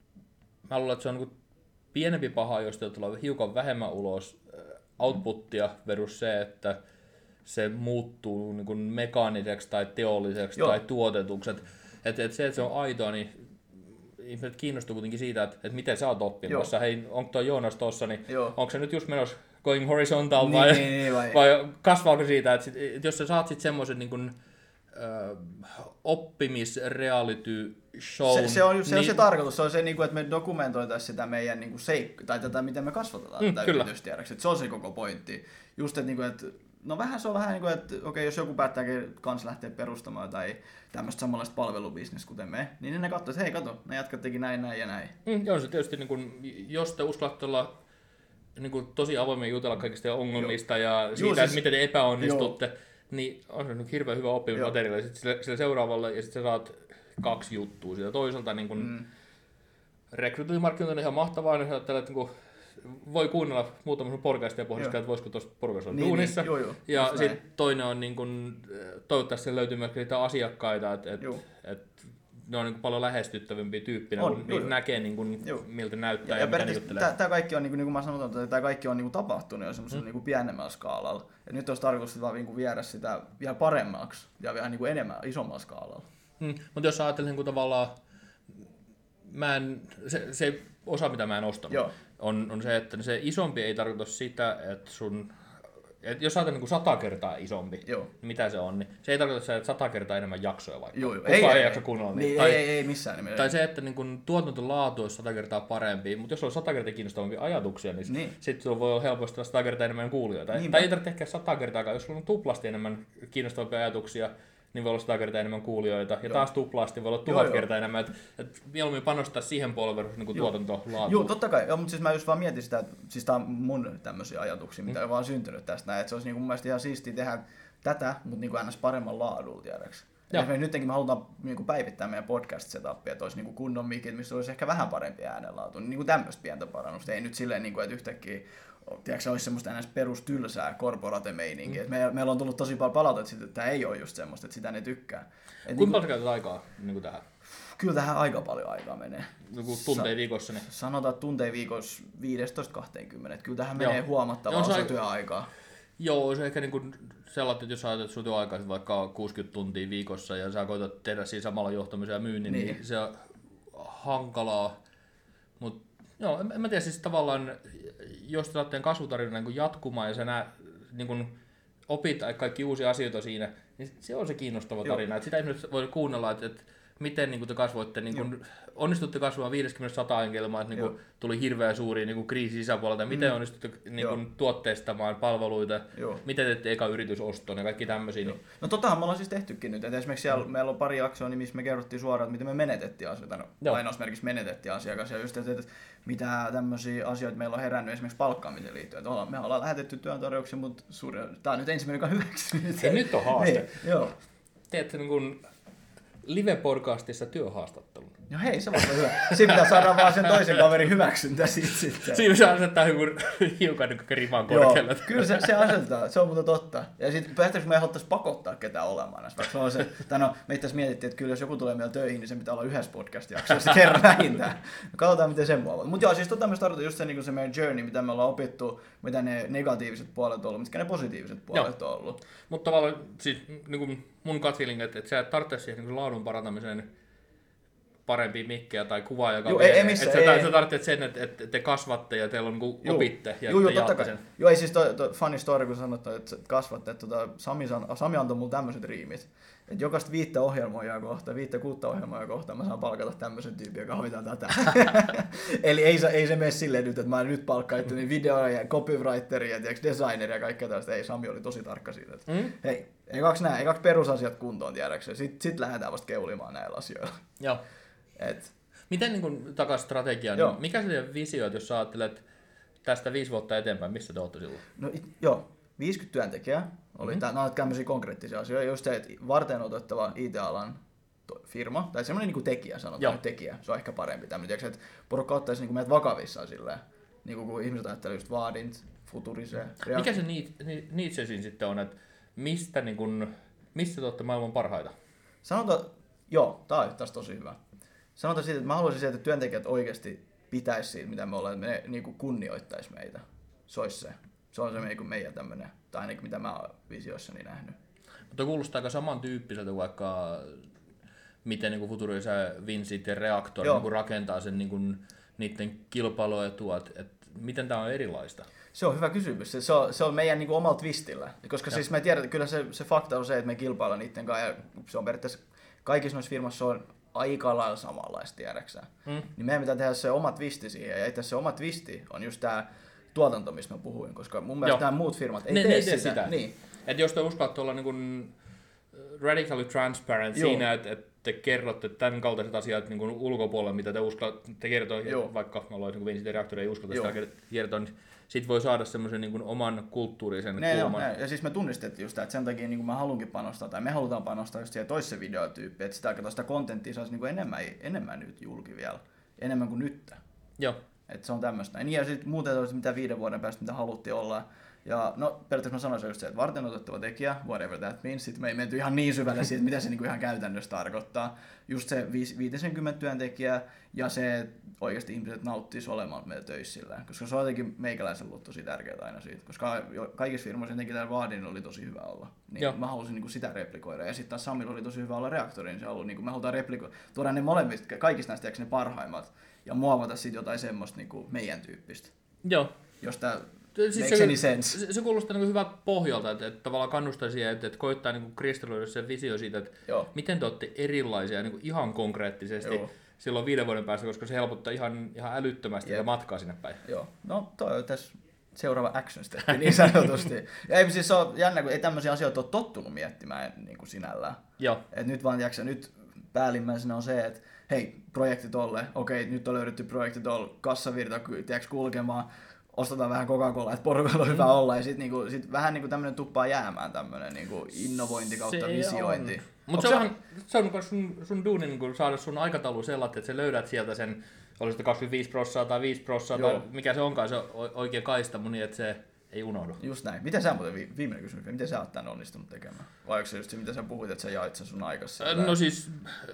mä luulen, että se on niin kun pienempi paha, jos te tulee hiukan vähemmän ulos äh, outputtia versus se, että se muuttuu niin kuin mekaaniseksi tai teolliseksi Joo. tai tuotetuksi. Et, et, et se, että se on aitoa, niin ihmiset kiinnostuu kuitenkin siitä, että, että miten sä oot oppinut. Joo. Hei, onko tuo Joonas tossa, niin Joo. onko se nyt just menossa going horizontal Niin, vai, niin, niin, vai- vai kasvaako siitä, että, sit, että jos sä saat sitten semmoisen niin kuin, äh, oppimis-reality show. Se, se, on, se niin, on se tarkoitus, se on se, niin kuin, että me dokumentoitaisiin sitä meidän niin kuin seik- tai tätä, miten me kasvatetaan Mm, tätä kyllä. yritystiedäksi. Se on se koko pointti. Just, että, niin kuin, että no vähän se on vähän niin kuin, että okei, jos joku päättääkin kans lähteä perustamaan tai tämmöistä samanlaista palvelubisnes kuten me, niin ne katsoo, että hei kato, ne jätkät teki näin, näin ja näin. Mm, joo, se tietysti, niin kun, jos te uskallatte olla niin kun, tosi avoimia jutella kaikista ongelmista joo. ja siitä, joo, siis, että miten te epäonnistutte, joo. niin on se nyt hirveän hyvä oppimismateriaali sitten sille, sille seuraavalle ja sitten sä saat kaksi juttua siitä. Toisaalta niin kun, mm. rekrytointimarkkinointi on ihan mahtavaa, niin että niin kun, voi kuunnella muutaman podcastia ja pohdiskella, että voisiko tuossa porukassa olla niin, duunissa. Niin, joo, joo, ja sitten toinen on, niin kun, toivottavasti löytyy myös niitä asiakkaita, että et, et, ne on niin paljon lähestyttävämpiä tyyppinä, on, kun joo, näkee, niin kun, miltä näyttää ja, ja, ja mitä ne juttelee. Tämä kaikki on, niin kuin, niin kuin mä sanoin, että tämä kaikki on niin kuin tapahtunut jo semmoisella mm. niin kuin pienemmällä skaalalla. Ja nyt olisi tarkoitus vaan niin kuin viedä sitä vielä paremmaksi ja vielä niin kuin enemmän, isommalla skaalalla. Mm. Mutta jos ajattelet niin kuin tavallaan, mä en, se, se osa mitä mä en ostanut, on, on se, että se isompi ei tarkoita sitä, että sun, et jos ajatellaan niin sata kertaa isompi, joo. niin mitä se on, niin se ei tarkoita sitä, että sata kertaa enemmän jaksoja vaikka. Joo, joo. Kukaan ei, ei, ei jaksa kunnolla. Niin, tai, ei, ei missään nimessä. Tai se, että niin tuotantolaatu olisi sata kertaa parempi, mutta jos on sata kertaa kiinnostavampia ajatuksia, niin, niin. sitten sulla voi olla helposti sata kertaa enemmän kuulijoita. Tai, tai ei tarvitse ehkä sata kertaa, jos sulla on tuplasti enemmän kiinnostavampia ajatuksia, niin voi olla sata kertaa enemmän kuulijoita, ja joo. taas tuplasti voi olla tuhat joo, kertaa joo. enemmän, että et mieluummin panostaa siihen puoleen versus niin tuotantolaatuun. Joo, totta kai, joo, mutta siis mä just vaan mietin sitä, että siis tää on mun tämmöisiä ajatuksia, mitä mm. on vaan syntynyt tästä näin, että se olisi niin mun mielestä ihan siistiä tehdä tätä, mutta niin kuin ns. Paremman laadulla, tiedäks. Esimerkiksi nytkin me halutaan niin kuin päivittää meidän podcast-setupia, että olisi niin kuin kunnon mikit, missä olisi ehkä vähän parempi äänenlaatu, niin kuin tämmöistä pientä parannusta, ei nyt silleen, niin kuin, että yhtäkkiä tiedätkö, olisi semmoista enää perustylsää korporate-meininkiä. Mm. Meillä, meillä on tullut tosi paljon palautetta, että tämä ei ole just semmoista, että sitä ne tykkää. Kuinka paljon käytät aikaa niin tähän? Kyllä tähän aika paljon aikaa menee. Joku tunteja viikossa? Niin. Sanotaan, että tunteja viikossa viisitoista kaksikymmentä. Kyllä tähän menee joo. huomattavaa osa aika... työaikaa. Joo, se ehkä niin kuin sellainen, että jos ajatellaan, että sun työaikaa vaikka kuusikymmentä tuntia viikossa ja sä koetat tehdä siinä samalla johtamisen ja myynnin, niin, niin se on hankalaa. Mut joo, en mä tiedä, siis tavallaan, jos te lähtee kasvutarina niin jatkumaan ja sä nää, niin kun opit kaikki uusia asioita siinä, niin se on se kiinnostava tarina. Et sitä esimerkiksi voi kuunnella, että, että miten niin kun te kasvoitte, niin kun onnistutte kasvamaan viisikymmentä sata henkelmaa, että niin kun tuli hirveä suuri niin kun kriisi sisäpuolelta, miten mm. onnistutte niin kun tuotteistamaan palveluita, Joo. miten teette eka yritysoston ja kaikki tämmöisiä. Niin... No totahan me ollaan siis tehtykin nyt, että esimerkiksi siellä, mm. meillä on pari jaksoa, niin missä me kerrottiin suoraan, että miten me menetettiin asioita, no, lainausmerkissä menetettiin asiakas, ja just, että, että mitä tämmöisiä asioita meillä on herännyt esimerkiksi palkkaamiseen liittyen. Että ollaan, me ollaan lähetetty työntarjouksia, mutta suuri, tämä on nyt ensimmäinen, joka hyväksyy. Ja nyt on haaste. Niin, joo. Teette niin kuin live-podcastissa työhaastattelun. No hei, se on hyvä. Siinä pitää saada vaan sen toisen kaverin hyväksyntä siitä sitten. Siinä se asettaa joku hiukan niin riman korkealle. Joo, kyllä se, se asettaa, se on muuta totta. Ja sitten päästäisiin me haluttaisiin pakottaa ketään olemaan. Se on se, no, me itse mietittiin, että kyllä jos joku tulee meillä töihin, niin se pitää olla yhdessä podcast-jaksossa kerran vähintään. Katsotaan, miten sen muovaa. Mutta joo, siis tota me tarvitaan just se, niin se meidän journey, mitä me ollaan opittu, mitä ne negatiiviset puolet on ollut, mitkä ne positiiviset puolet on ollut. Mutta tavallaan siis, niin kuin mun gut feeling, että, että sä et tarvitse siihen niin laadun parantamiseen parempia mikkejä tai kuvaa, joka Joo, ei, ei missä, että ei, sä, sä tarvitset sen, että, että te kasvatte ja teillä on niin Joo. opitte ja Joo, joo, totta kai. Joo, ei siis toi, toi funny story, kun sanot, että kasvatte, että tota, Sami, Sami antoi mulle tämmöiset riimit. Että jokaista viittä ohjelmoijaa kohta, viittä kuutta ohjelmoijaa kohta, mä saan palkata tämmöisen tyypin, joka hoitaa tätä. Eli ei se, ei se mene silleen nyt, että mä nyt palkkaan niin video- ja copywriteria, ja designeria ja kaikkea tällaista. Ei, Sami oli tosi tarkka siitä. Että, mm? Hei, ei kaksi nää, ei kaksi perusasiat kuntoon tiedäkseen. Sitten sit lähdetään vasta keulimaan näillä asioilla. Joo. Et. Miten niin takaisin strategiaan, niin mikä se teidän visio, jos sä ajattelet tästä viisi vuotta eteenpäin, missä te olette silloin? No it, joo, viisikymmentä työntekijää. Oli mm-hmm. nämä tämmöisiä konkreettisia asioita. Just se, että varten otettava I T-alan firma, tai semmoinen niin tekijä, sanotaan nyt tekijä, se on ehkä parempi tämmöinen, että porukka ottaisi niin meidät vakavissaan silleen, niin kuin kun ihmiset ajattelee just Vaadint, Futurise. Mikä se Nietzsche siinä sitten on, että mistä, niin kuin, mistä te olette maailman parhaita? Sanotaan, joo, tämä on taas tosi hyvä. Sanotaan siitä, että mä haluaisin sieltä, että työntekijät oikeasti pitäisi siitä, mitä me ollaan, että ne niin kuin kunnioittaisi meitä. Se olisi se. Se on se niin kuin meidän tämmöinen, tai ainakin mitä mä oon visioissani nähnyt. Mutta kuulostaa aika samantyyppiseltä vaikka, miten niin Futurise, Vincit ja Reaktor niin rakentaa sen niin kuin niiden kilpailuetua, että et miten tämä on erilaista? Se on hyvä kysymys. Se, se, on, se on meidän niin kuin omalla twistillä. Koska ja. siis me tiedetään, kyllä se, se fakta on se, että me kilpaillaan niiden kanssa. Ja se on periaatteessa kaikissa noissa firmassa on aika lailla samanlaista, tiedäksään. Mm. Niin meidän pitää tehdä se oma twisti siihen. Ja itse se oma twisti on just tämä tuotanto, mistä mä puhuin. Koska mun mielestä nämä muut firmat ei ne, tee, ne sitä. sitä. Niin. Et jos te uskatte olla niin kuin radically transparent Joo. siinä, että et te kerrotte tämän kaltaiset asiat niin kuin ulkopuolella, mitä te uskatte kertoa, Joo. vaikka me ollaan niin Vincent-reaktori ei uskota sitä kertoa, niin sit voi saada semmoisen niin kuin oman kulttuurisen ne, kulman. Jo, ja siis me tunnistettiin just sitä, että sen takia niin kuin mä haluankin panostaa, tai me halutaan panostaa just siihen toiseen videotyyppiin, että sitä, kato, sitä kontenttia saisi niin kuin enemmän, enemmän nyt julki vielä, enemmän kuin nyt. Joo. Että se on tämmöistä. Niin, ja sitten muuten olisi mitä viiden vuoden päästä, mitä haluttiin olla. Ja no, periaatteessa mä sanoisin just se, että varten otettava tekijä, whatever that means. Sitten me ei menty ihan niin syvälle siitä, mitä se niinku ihan käytännössä tarkoittaa. Just se viisikymmentä työntekijää ja se, että oikeasti ihmiset nauttis olemaan meillä töissä. Koska se on jotenkin meikäläisen ollut tosi tärkeää aina siitä. Koska kaikissa firmoissa jotenkin täällä Vaadin oli tosi hyvä olla. Niin Joo. mä halusin niinku sitä replikoida. Ja sitten taas Samilla oli tosi hyvä olla reaktori, niin se haluaa, niinku, me halutaan replikoida. Tuoda ne molemmista, kaikista näistä ne parhaimmat. Ja muovata sitten jotain semmoista niinku meidän tyyppistä. Joo. Josta Siis se, se, se kuulostaa niin hyvältä pohjalta, että, että tavallaan kannustaa siihen, että, että koittaa niin kristalloida se visio siitä, että Joo. miten te olette erilaisia niin ihan konkreettisesti Joo. silloin viiden vuoden päästä, koska se helpottaa ihan, ihan älyttömästi Jep. matkaa sinne päin. Joo, no toi on tässä seuraava action step niin sanotusti. Ja ei siis se on jännä, kun ei tämmöisiä asioita ole tottunut miettimään niin kuin sinällään. Joo. Et nyt vaan jaksa, nyt päällimmäisenä on se, että hei, projekti tolle, okei, nyt on löydetty projekti tolle, kassavirta tiedätkö, kulkemaan, ostetaan vähän Coca-Colaa, että porukalla on hyvä olla, ja sitten niinku, sit vähän niinku tämmöinen tuppaa jäämään tämmöinen niinku innovointi kautta se visiointi. Mutta se, on, se on sun, sun duuni niinku saada sun aikataulu sellainen, että sä löydät sieltä sen, olisi kaksikymmentäviisi prosenttia tai viisi prosenttia, tai mikä se onkaan se oikea kaista mun, niin että se ei unohdu. Just näin. Miten sä muuten, viimeinen kysymys, miten sä oot tän onnistunut tekemään? Vai onko se just se, mitä sä puhuit, että sä jaat sen sun aikassa? No siis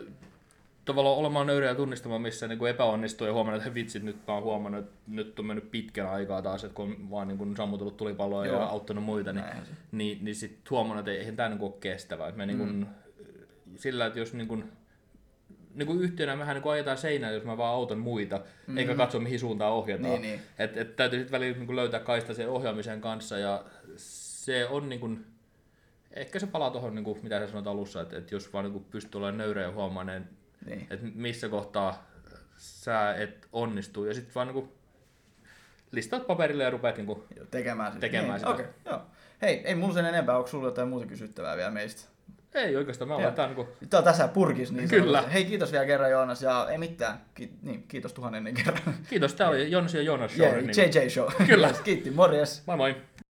tavallaan olemaan nöyrä ja tunnistamaan, missä niin epäonnistuu ja huomannut, että vitsit, nyt mä oon huomannut, että nyt on mennyt pitkän aikaa taas, että kun on vaan niin kuin sammutellut tulipalloa Joo. ja auttanut muita, niin, niin, niin sitten huomannut, että eihän tämä niin ole kestävää. Että me niin kuin, mm. sillä, että jos niin kuin, niin kuin yhtiönä mehän niin kuin ajetaan seinään, jos mä vaan autan muita, mm. eikä katso mihin suuntaan ohjataan. Niin, niin. Että et täytyy sitten välillä niin kuin löytää kaista sen ohjaamisen kanssa ja se on niin kuin, ehkä se palaa tuohon, niin kuin, mitä sä sanoit alussa, että, että jos vaan niin kuin pystyy olemaan nöyrä ja huomaan, niin. että missä kohtaa sä et onnistu ja sitten vaan niinku listaat paperille ja rupeat niinku tekemään, tekemään niin. sitä. Okay, joo. Hei, ei mulla sen enempää, onko sulla jotain muuta kysyttävää vielä meistä? Ei oikeastaan, mä olen tää niinku Tää on tässä purkis niin Kyllä. Sanotaan. Hei, kiitos vielä kerran Joonas ja ei mitään, Ki- niin, kiitos tuhannen kerran. Kiitos, tää oli Joonas ja Joonas Show. Yeah, J J Show. Kyllä. Kiitti, morjes. Moi moi.